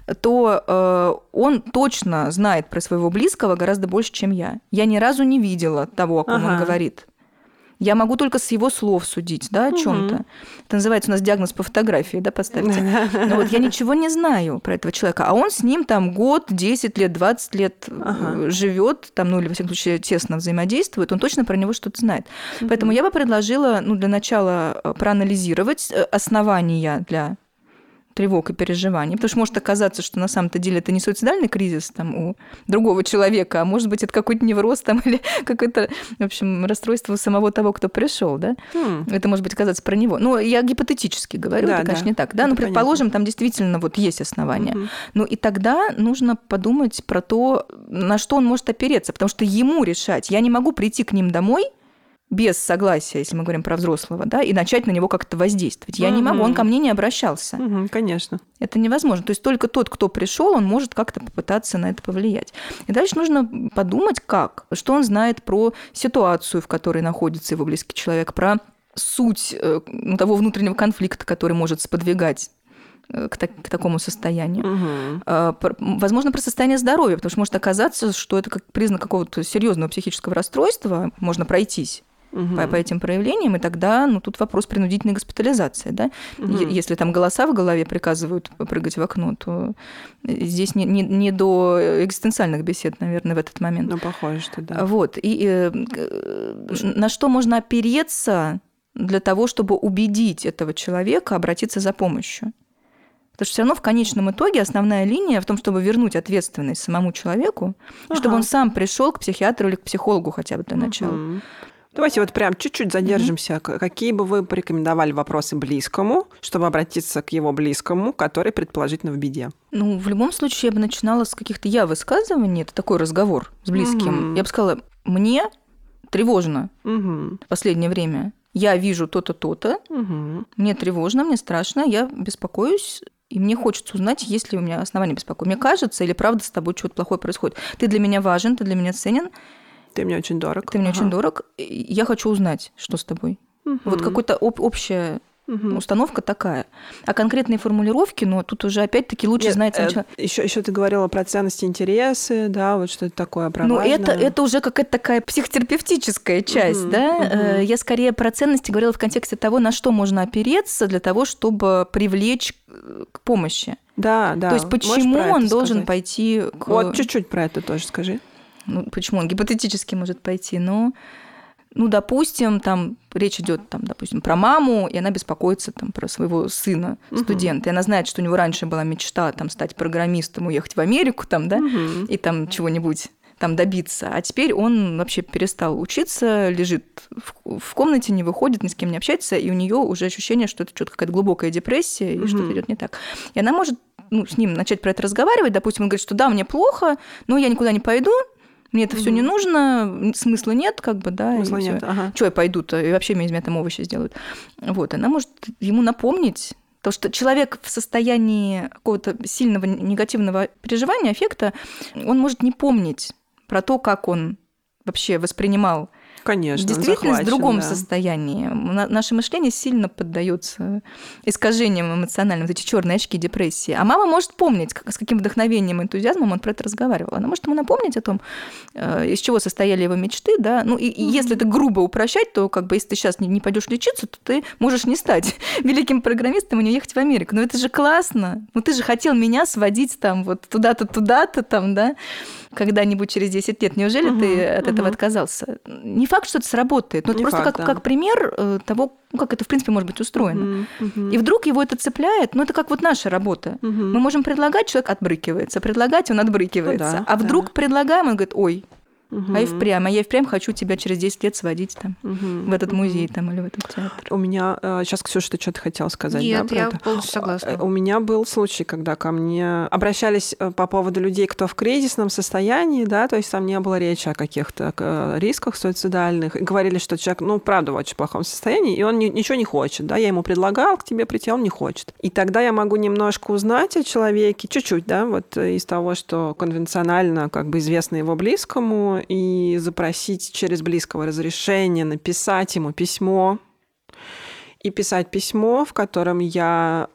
то он точно знает про своего близкого гораздо больше, чем я. Я ни разу не видела того, о ком он говорит. Я могу только с его слов судить, да, о чем-то. Это называется у нас диагноз по фотографии, да, поставьте. Но вот я ничего не знаю про этого человека, а он с ним там год, 10 лет, 20 лет живет, там, ну или, во всяком случае, тесно взаимодействует, он точно про него что-то знает. Поэтому я бы предложила, ну, для начала проанализировать основания для тревог и переживаний. Потому что может оказаться, что на самом-то деле это не суицидальный кризис там, у другого человека, а может быть, это какой-то невроз там, или какое-то, в общем, расстройство самого того, кто пришел, да? Это может быть оказаться про него. Ну, я гипотетически говорю, это, конечно, не так. Да? Ну, предположим, там действительно вот есть основания. Ну, и тогда нужно подумать про то, на что он может опереться, потому что ему решать. Я не могу прийти к ним домой без согласия, если мы говорим про взрослого, да, и начать на него как-то воздействовать. Я не могу, он ко мне не обращался. Конечно. Это невозможно. То есть только тот, кто пришел, он может как-то попытаться на это повлиять. И дальше нужно подумать, как, что он знает про ситуацию, в которой находится его близкий человек, про суть того внутреннего конфликта, который может сподвигать к такому состоянию. Возможно, про состояние здоровья, потому что может оказаться, что это как признак какого-то серьезного психического расстройства, можно пройтись по этим проявлениям, и тогда, ну, тут вопрос принудительной госпитализации, да? Если там голоса в голове приказывают прыгать в окно, то здесь не до экзистенциальных бесед, наверное, в этот момент. Ну, похоже, что да. Вот. И на что можно опереться для того, чтобы убедить этого человека обратиться за помощью? Потому что все равно в конечном итоге основная линия в том, чтобы вернуть ответственность самому человеку, чтобы он сам пришел к психиатру или к психологу хотя бы для начала. Давайте вот прям чуть-чуть задержимся. Какие бы вы порекомендовали вопросы близкому, чтобы обратиться к его близкому, который предположительно в беде? Ну, в любом случае, я бы начинала с каких-то высказываний. Это такой разговор с близким. Я бы сказала, мне тревожно в последнее время. Я вижу то-то, то-то. Мне тревожно, мне страшно, я беспокоюсь. И мне хочется узнать, есть ли у меня основания беспокоиться. Мне кажется, или правда с тобой что-то плохое происходит. Ты для меня важен, ты для меня ценен. Ты мне очень дорог. Ты мне очень дорог. Я хочу узнать, что с тобой. Вот какая-то общая установка такая. А конкретные формулировки, но тут уже опять-таки лучше знать сначала. Еще ты говорила про ценности, интересы, да, вот что-то такое про важное. Ну, это уже какая-то такая психотерапевтическая часть, да. Я скорее про ценности говорила в контексте того, на что можно опереться для того, чтобы привлечь к помощи. Да. То есть почему он должен пойти к... Вот чуть-чуть про это тоже скажи. Ну, почему он гипотетически может пойти? Ну, допустим, там речь идет, допустим, про маму, и она беспокоится там, про своего сына, студента. И она знает, что у него раньше была мечта там, стать программистом, уехать в Америку, там, да, и там чего-нибудь там добиться. А теперь он вообще перестал учиться, лежит в комнате, не выходит, ни с кем не общается, и у нее уже ощущение, что это что-то какая-то глубокая депрессия, и что-то идет не так. И она может с ним начать про это разговаривать. Допустим, он говорит, что да, мне плохо, но я никуда не пойду, мне это все не нужно, смысла нет, как бы, да. Смысла нет, Чего я пойду-то? И вообще из меня там овощи сделают. Вот, она может ему напомнить, то, что человек в состоянии какого-то сильного негативного переживания, аффекта, он может не помнить про то, как он вообще воспринимал действительность в другом состоянии. Наше мышление сильно поддается искажениям эмоциональным, вот эти черные очки депрессии. А мама может помнить, с каким вдохновением и энтузиазмом он про это разговаривал. Она может ему напомнить о том, из чего состояли его мечты, да. Ну, и если это грубо упрощать, то как бы если ты сейчас не пойдешь лечиться, то ты можешь не стать великим программистом и не уехать в Америку. Но это же классно. Ну, ты же хотел меня сводить там вот туда-то, туда-то там, да, когда-нибудь через 10 лет. Неужели ты от этого отказался? Не факт, что это сработает, но это просто как пример того, как это, в принципе, может быть устроено. И вдруг его это цепляет, это как вот наша работа. Мы можем предлагать, человек отбрыкивается, предлагать, он отбрыкивается. А вдруг предлагаем, он говорит, ой, А я и впрямь хочу тебя через 10 лет сводить там, в этот музей там, или в этот театр. У меня... Сейчас, Ксюша, ты что-то хотела сказать, Нет, да, про я это? полностью согласна. У меня был случай, когда ко мне обращались по поводу людей, кто в кризисном состоянии, да, то есть там не было речи о каких-то рисках суицидальных, и говорили, что человек, правда, в очень плохом состоянии, и он ничего не хочет, да, я ему предлагал к тебе прийти, он не хочет. И тогда я могу немножко узнать о человеке, чуть-чуть, да, вот из того, что конвенционально как бы известно его близкому, и запросить через близкого разрешение, написать ему письмо, и писать письмо, в котором я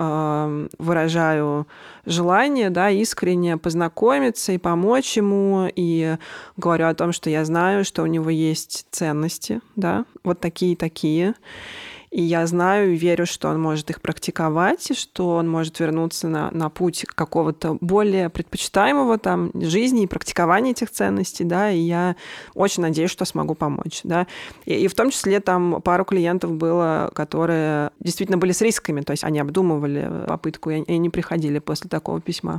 выражаю желание, да, искренне познакомиться и помочь ему, и говорю о том, что я знаю, что у него есть ценности, да, вот такие. И я знаю и верю, что он может их практиковать, и что он может вернуться на путь какого-то более предпочитаемого там жизни и практикования этих ценностей, да, и я очень надеюсь, что смогу помочь, да. И в том числе там пару клиентов было, которые действительно были с рисками, то есть они обдумывали попытку и не приходили после такого письма.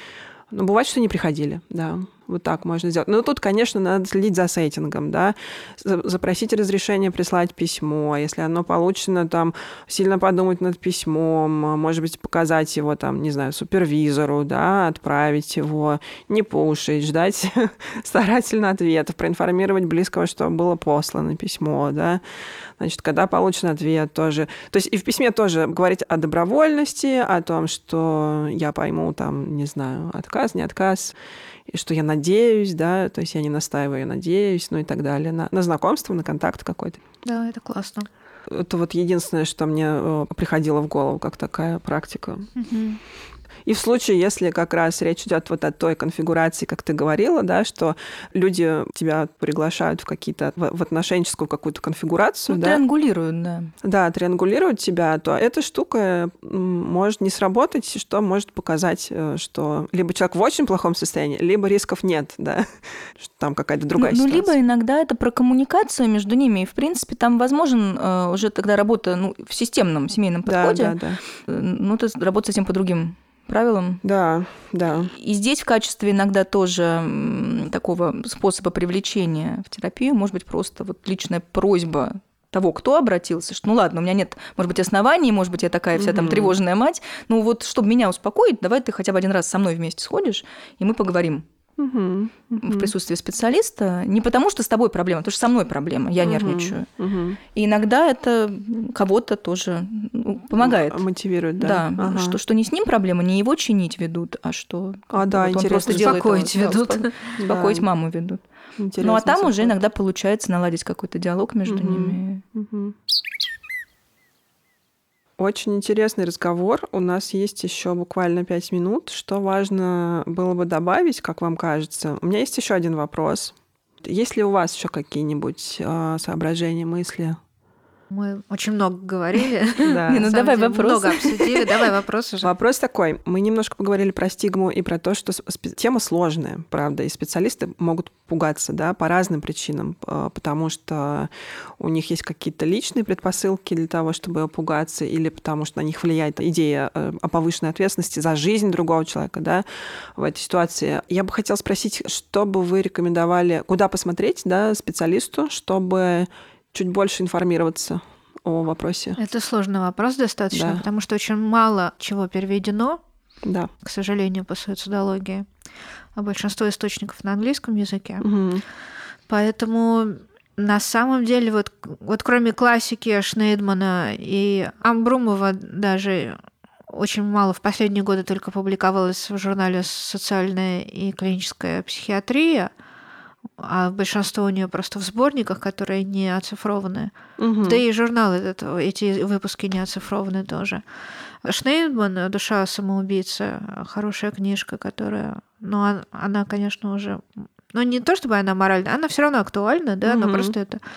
Но бывает, что не приходили, да. Вот так можно сделать. Но тут, конечно, надо следить за сеттингом, да, запросить разрешение прислать письмо, если оно получено, там, сильно подумать над письмом, может быть, показать его, там, не знаю, супервизору, да, отправить его, не пушить, ждать старательно ответов, проинформировать близкого, что было послано письмо, да. Значит, когда получен ответ тоже. То есть и в письме тоже говорить о добровольности, о том, что я пойму, там, не знаю, отказ, не отказ, и что я надеюсь, да, то есть я не настаиваю, я надеюсь, и так далее, на знакомство, на контакт какой-то. Да, это классно. Это вот единственное, что мне приходило в голову, как такая практика. И в случае, если как раз речь идет вот о той конфигурации, как ты говорила, да, что люди тебя приглашают в отношенческую какую-то конфигурацию, да? Триангулируют, да. Да, триангулируют тебя, то эта штука может не сработать, что может показать, что либо человек в очень плохом состоянии, либо рисков нет, да, что там какая-то другая ситуация. Либо иногда это про коммуникацию между ними, и, в принципе, там возможен уже тогда работа в системном семейном подходе, это работа совсем по другим правилам. Да. И здесь в качестве иногда тоже такого способа привлечения в терапию может быть просто вот личная просьба того, кто обратился, что ладно, у меня нет, может быть, оснований, может быть, я такая вся там тревожная мать, вот чтобы меня успокоить, давай ты хотя бы один раз со мной вместе сходишь, и мы поговорим. В присутствии специалиста, не потому что с тобой проблема, потому что со мной проблема, я нервничаю. И иногда это кого-то тоже помогает. Мотивирует, да. Да, что не с ним проблема, не его чинить ведут, а что он просто успокоить ведут. Успокоить маму ведут. Интересно, а там уже иногда получается наладить какой-то диалог между ними. Очень интересный разговор. У нас есть еще буквально 5 минут. Что важно было бы добавить, как вам кажется? У меня есть еще один вопрос. Есть ли у вас еще какие-нибудь соображения, мысли? Мы очень много говорили. Давай вопрос. Много обсудили. Давай вопрос уже. Вопрос такой. Мы немножко поговорили про стигму и про то, что тема сложная, правда, и специалисты могут пугаться, да, по разным причинам, потому что у них есть какие-то личные предпосылки для того, чтобы пугаться, или потому что на них влияет идея о повышенной ответственности за жизнь другого человека, да, в этой ситуации. Я бы хотела спросить, что бы вы рекомендовали, куда посмотреть, да, специалисту, чтобы чуть больше информироваться о вопросе? Это сложный вопрос достаточно, потому что очень мало чего переведено, к сожалению, по суицидологии, а большинство источников на английском языке. Поэтому на самом деле вот кроме классики Шнейдмана и Амбрумова даже очень мало в последние годы только публиковалось в журнале «Социальная и клиническая психиатрия», а большинство у нее просто в сборниках, которые не оцифрованы. Да и журналы эти выпуски не оцифрованы тоже. Шнейдман «Душа самоубийцы» — хорошая книжка, которая... она, конечно, уже... не то чтобы она моральная, она все равно актуальна, да, но просто это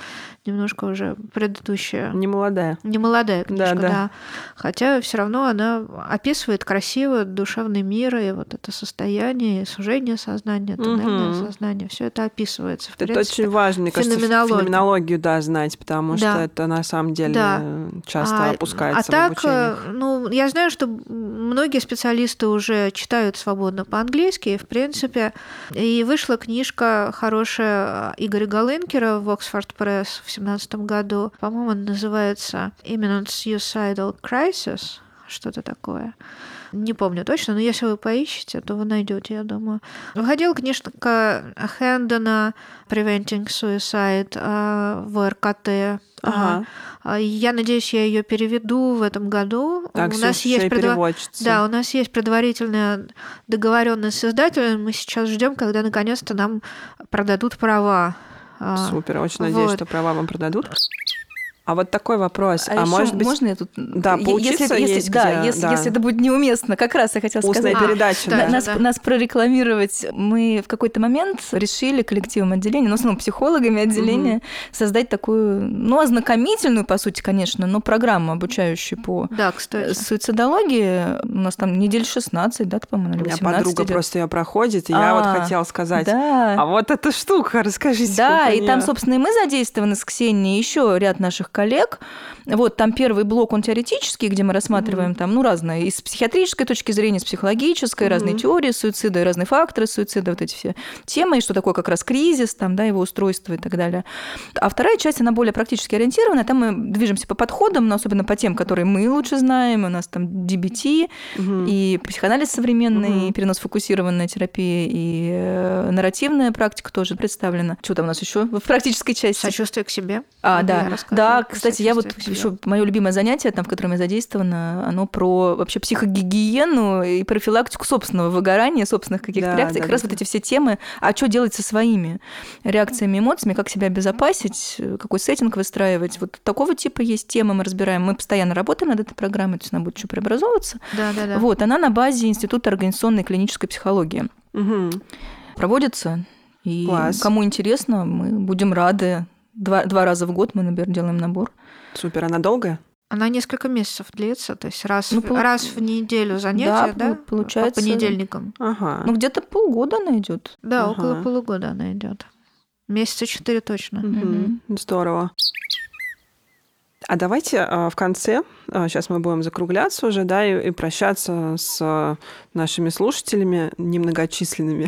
немножко уже предыдущая. Не молодая. Не молодая книжка, Да. да. Хотя все равно она описывает красиво душевный мир и вот это состояние, и сужение сознания, туннельное сознание. Все это описывается. В Это принципе, очень важно, мне кажется, феноменологию, да, знать, потому что это на самом деле часто опускается в обучении. Я знаю, что многие специалисты уже читают свободно по-английски, и, в принципе, и вышла книжка хорошая Игоря Галынкера в Oxford Press в 2017 году. По-моему, она называется Imminent Suicidal Crisis, что-то такое. Не помню точно, но если вы поищете, то вы найдете, я думаю. Выходила книжка Хэндона Preventing Suicide в РКТ. Ага. Я надеюсь, я ее переведу в этом году. Так, у нас есть переводчица. Да, у нас есть предварительная договоренность с издателем. Мы сейчас ждем, когда наконец-то нам продадут права. Супер, очень надеюсь, что права вам продадут. А вот такой вопрос. А может быть, можно я тут... Да, поучиться есть где, если это будет неуместно, как раз я хотела сказать. Устная передача. Нас прорекламировать. Мы в какой-то момент решили коллективом отделения, в основном психологами отделения, создать такую, ознакомительную, по сути, конечно, но программу, обучающую по суицидологии. У нас там недель 16, да, по-моему, или 18. У меня подруга просто ее проходит, и я вот хотела сказать, а вот эта штука, расскажите. Да, и там, собственно, и мы задействованы с Ксенией, еще ряд наших коллег. Вот там первый блок, он теоретический, где мы рассматриваем там, разное, и с психиатрической точки зрения, с психологической, разные теории суицида, и разные факторы суицида, вот эти все темы, и что такое как раз кризис, там, да, его устройство и так далее. А вторая часть, она более практически ориентированная, там мы движемся по подходам, но особенно по тем, которые мы лучше знаем, у нас там DBT, и психоанализ современный, и перенос-фокусированная терапия, и нарративная практика тоже представлена. Что там у нас еще в практической части? Сочувствие к себе. Да, кстати, я вот еще мое любимое занятие, там, в котором я задействована, оно про вообще психогигиену и профилактику собственного выгорания, собственных каких-то реакций. Как раз вот эти все темы, а что делать со своими реакциями, эмоциями, как себя обезопасить, какой сеттинг выстраивать. Вот такого типа есть темы, мы разбираем. Мы постоянно работаем над этой программой, то есть она будет еще преобразовываться. Да. Вот, она на базе Института организационной и клинической психологии. Проводится. И кому интересно, мы будем рады. Два раза в год мы, например, делаем набор. Супер, она долгая? Она несколько месяцев длится, то есть раз в неделю занятия, да, получается, по понедельникам. Ага. Где-то полгода она идет. Да, около полугода она идет. Месяца 4 точно. Здорово. А давайте в конце, сейчас мы будем закругляться уже, да, и прощаться с нашими слушателями, немногочисленными,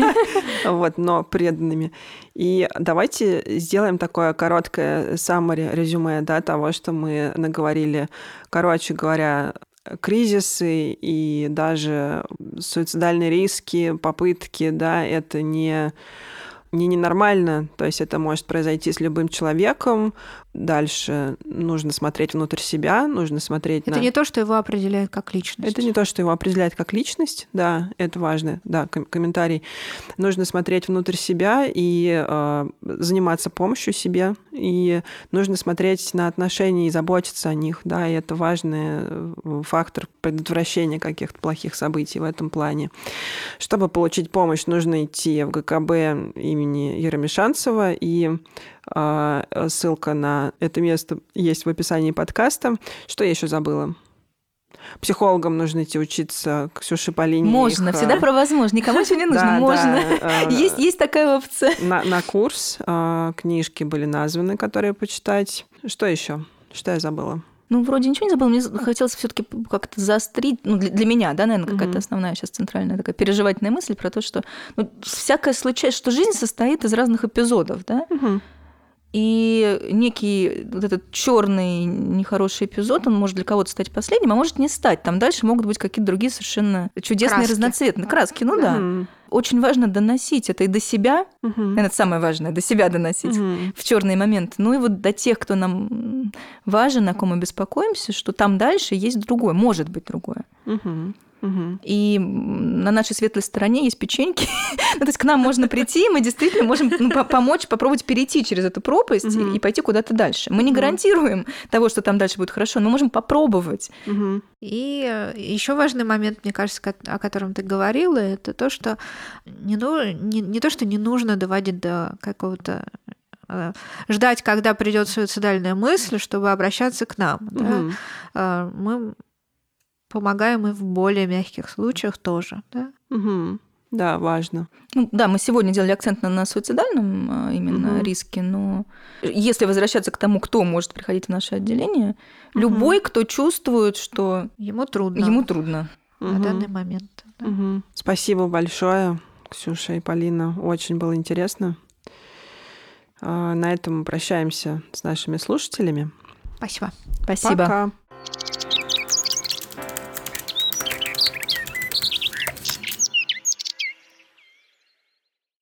но преданными. И давайте сделаем такое короткое summary, резюме, да, того, что мы наговорили. Короче говоря, кризисы и даже суицидальные риски, попытки, да, это не ненормально, то есть это может произойти с любым человеком. Дальше нужно смотреть внутрь себя, нужно смотреть Это не то, что его определяет как личность. Это не то, что его определяет как личность, да, это важно, да, комментарий. Нужно смотреть внутрь себя и заниматься помощью себе, и нужно смотреть на отношения и заботиться о них, да, и это важный фактор предотвращения каких-то плохих событий в этом плане. Чтобы получить помощь, нужно идти в ГКБ имени Еремишанцева, и ссылка на это место есть в описании подкаста. Что я еще забыла? Психологам нужно идти учиться, Ксюше Полине. Можно, всегда про возможно. Никому ничего не нужно, можно. Есть такая опция. На курс книжки были названы, которые почитать. Что еще? Что я забыла? Вроде ничего не забыла. Мне хотелось все-таки как-то заострить, для меня, да, наверное, какая-то основная сейчас центральная такая переживательная мысль про то, что всякое случается, что жизнь состоит из разных эпизодов, да. И некий вот этот черный нехороший эпизод, он может для кого-то стать последним, а может не стать. Там дальше могут быть какие-то другие совершенно чудесные, разноцветные краски. Да. Очень важно доносить это и до себя, это самое важное, до себя доносить в черные моменты. И вот до тех, кто нам важен, о ком мы беспокоимся, что там дальше есть другое, может быть другое. И на нашей светлой стороне есть печеньки. То есть к нам можно прийти, и мы действительно можем помочь, попробовать перейти через эту пропасть и пойти куда-то дальше. Мы не гарантируем того, что там дальше будет хорошо, но можем попробовать. И еще важный момент, мне кажется, о котором ты говорила, это то, что не то, что не нужно доводить до какого-то ждать, когда придет суицидальная мысль, чтобы обращаться к нам. Да? Мы помогаем и в более мягких случаях тоже. Да? Да, важно. Ну, да, мы сегодня делали акцент на суицидальном именно риске, но если возвращаться к тому, кто может приходить в наше отделение, любой, кто чувствует, что ему трудно на данный момент. Да. Спасибо большое, Ксюша и Полина. Очень было интересно. На этом мы прощаемся с нашими слушателями. Спасибо. Спасибо. Пока.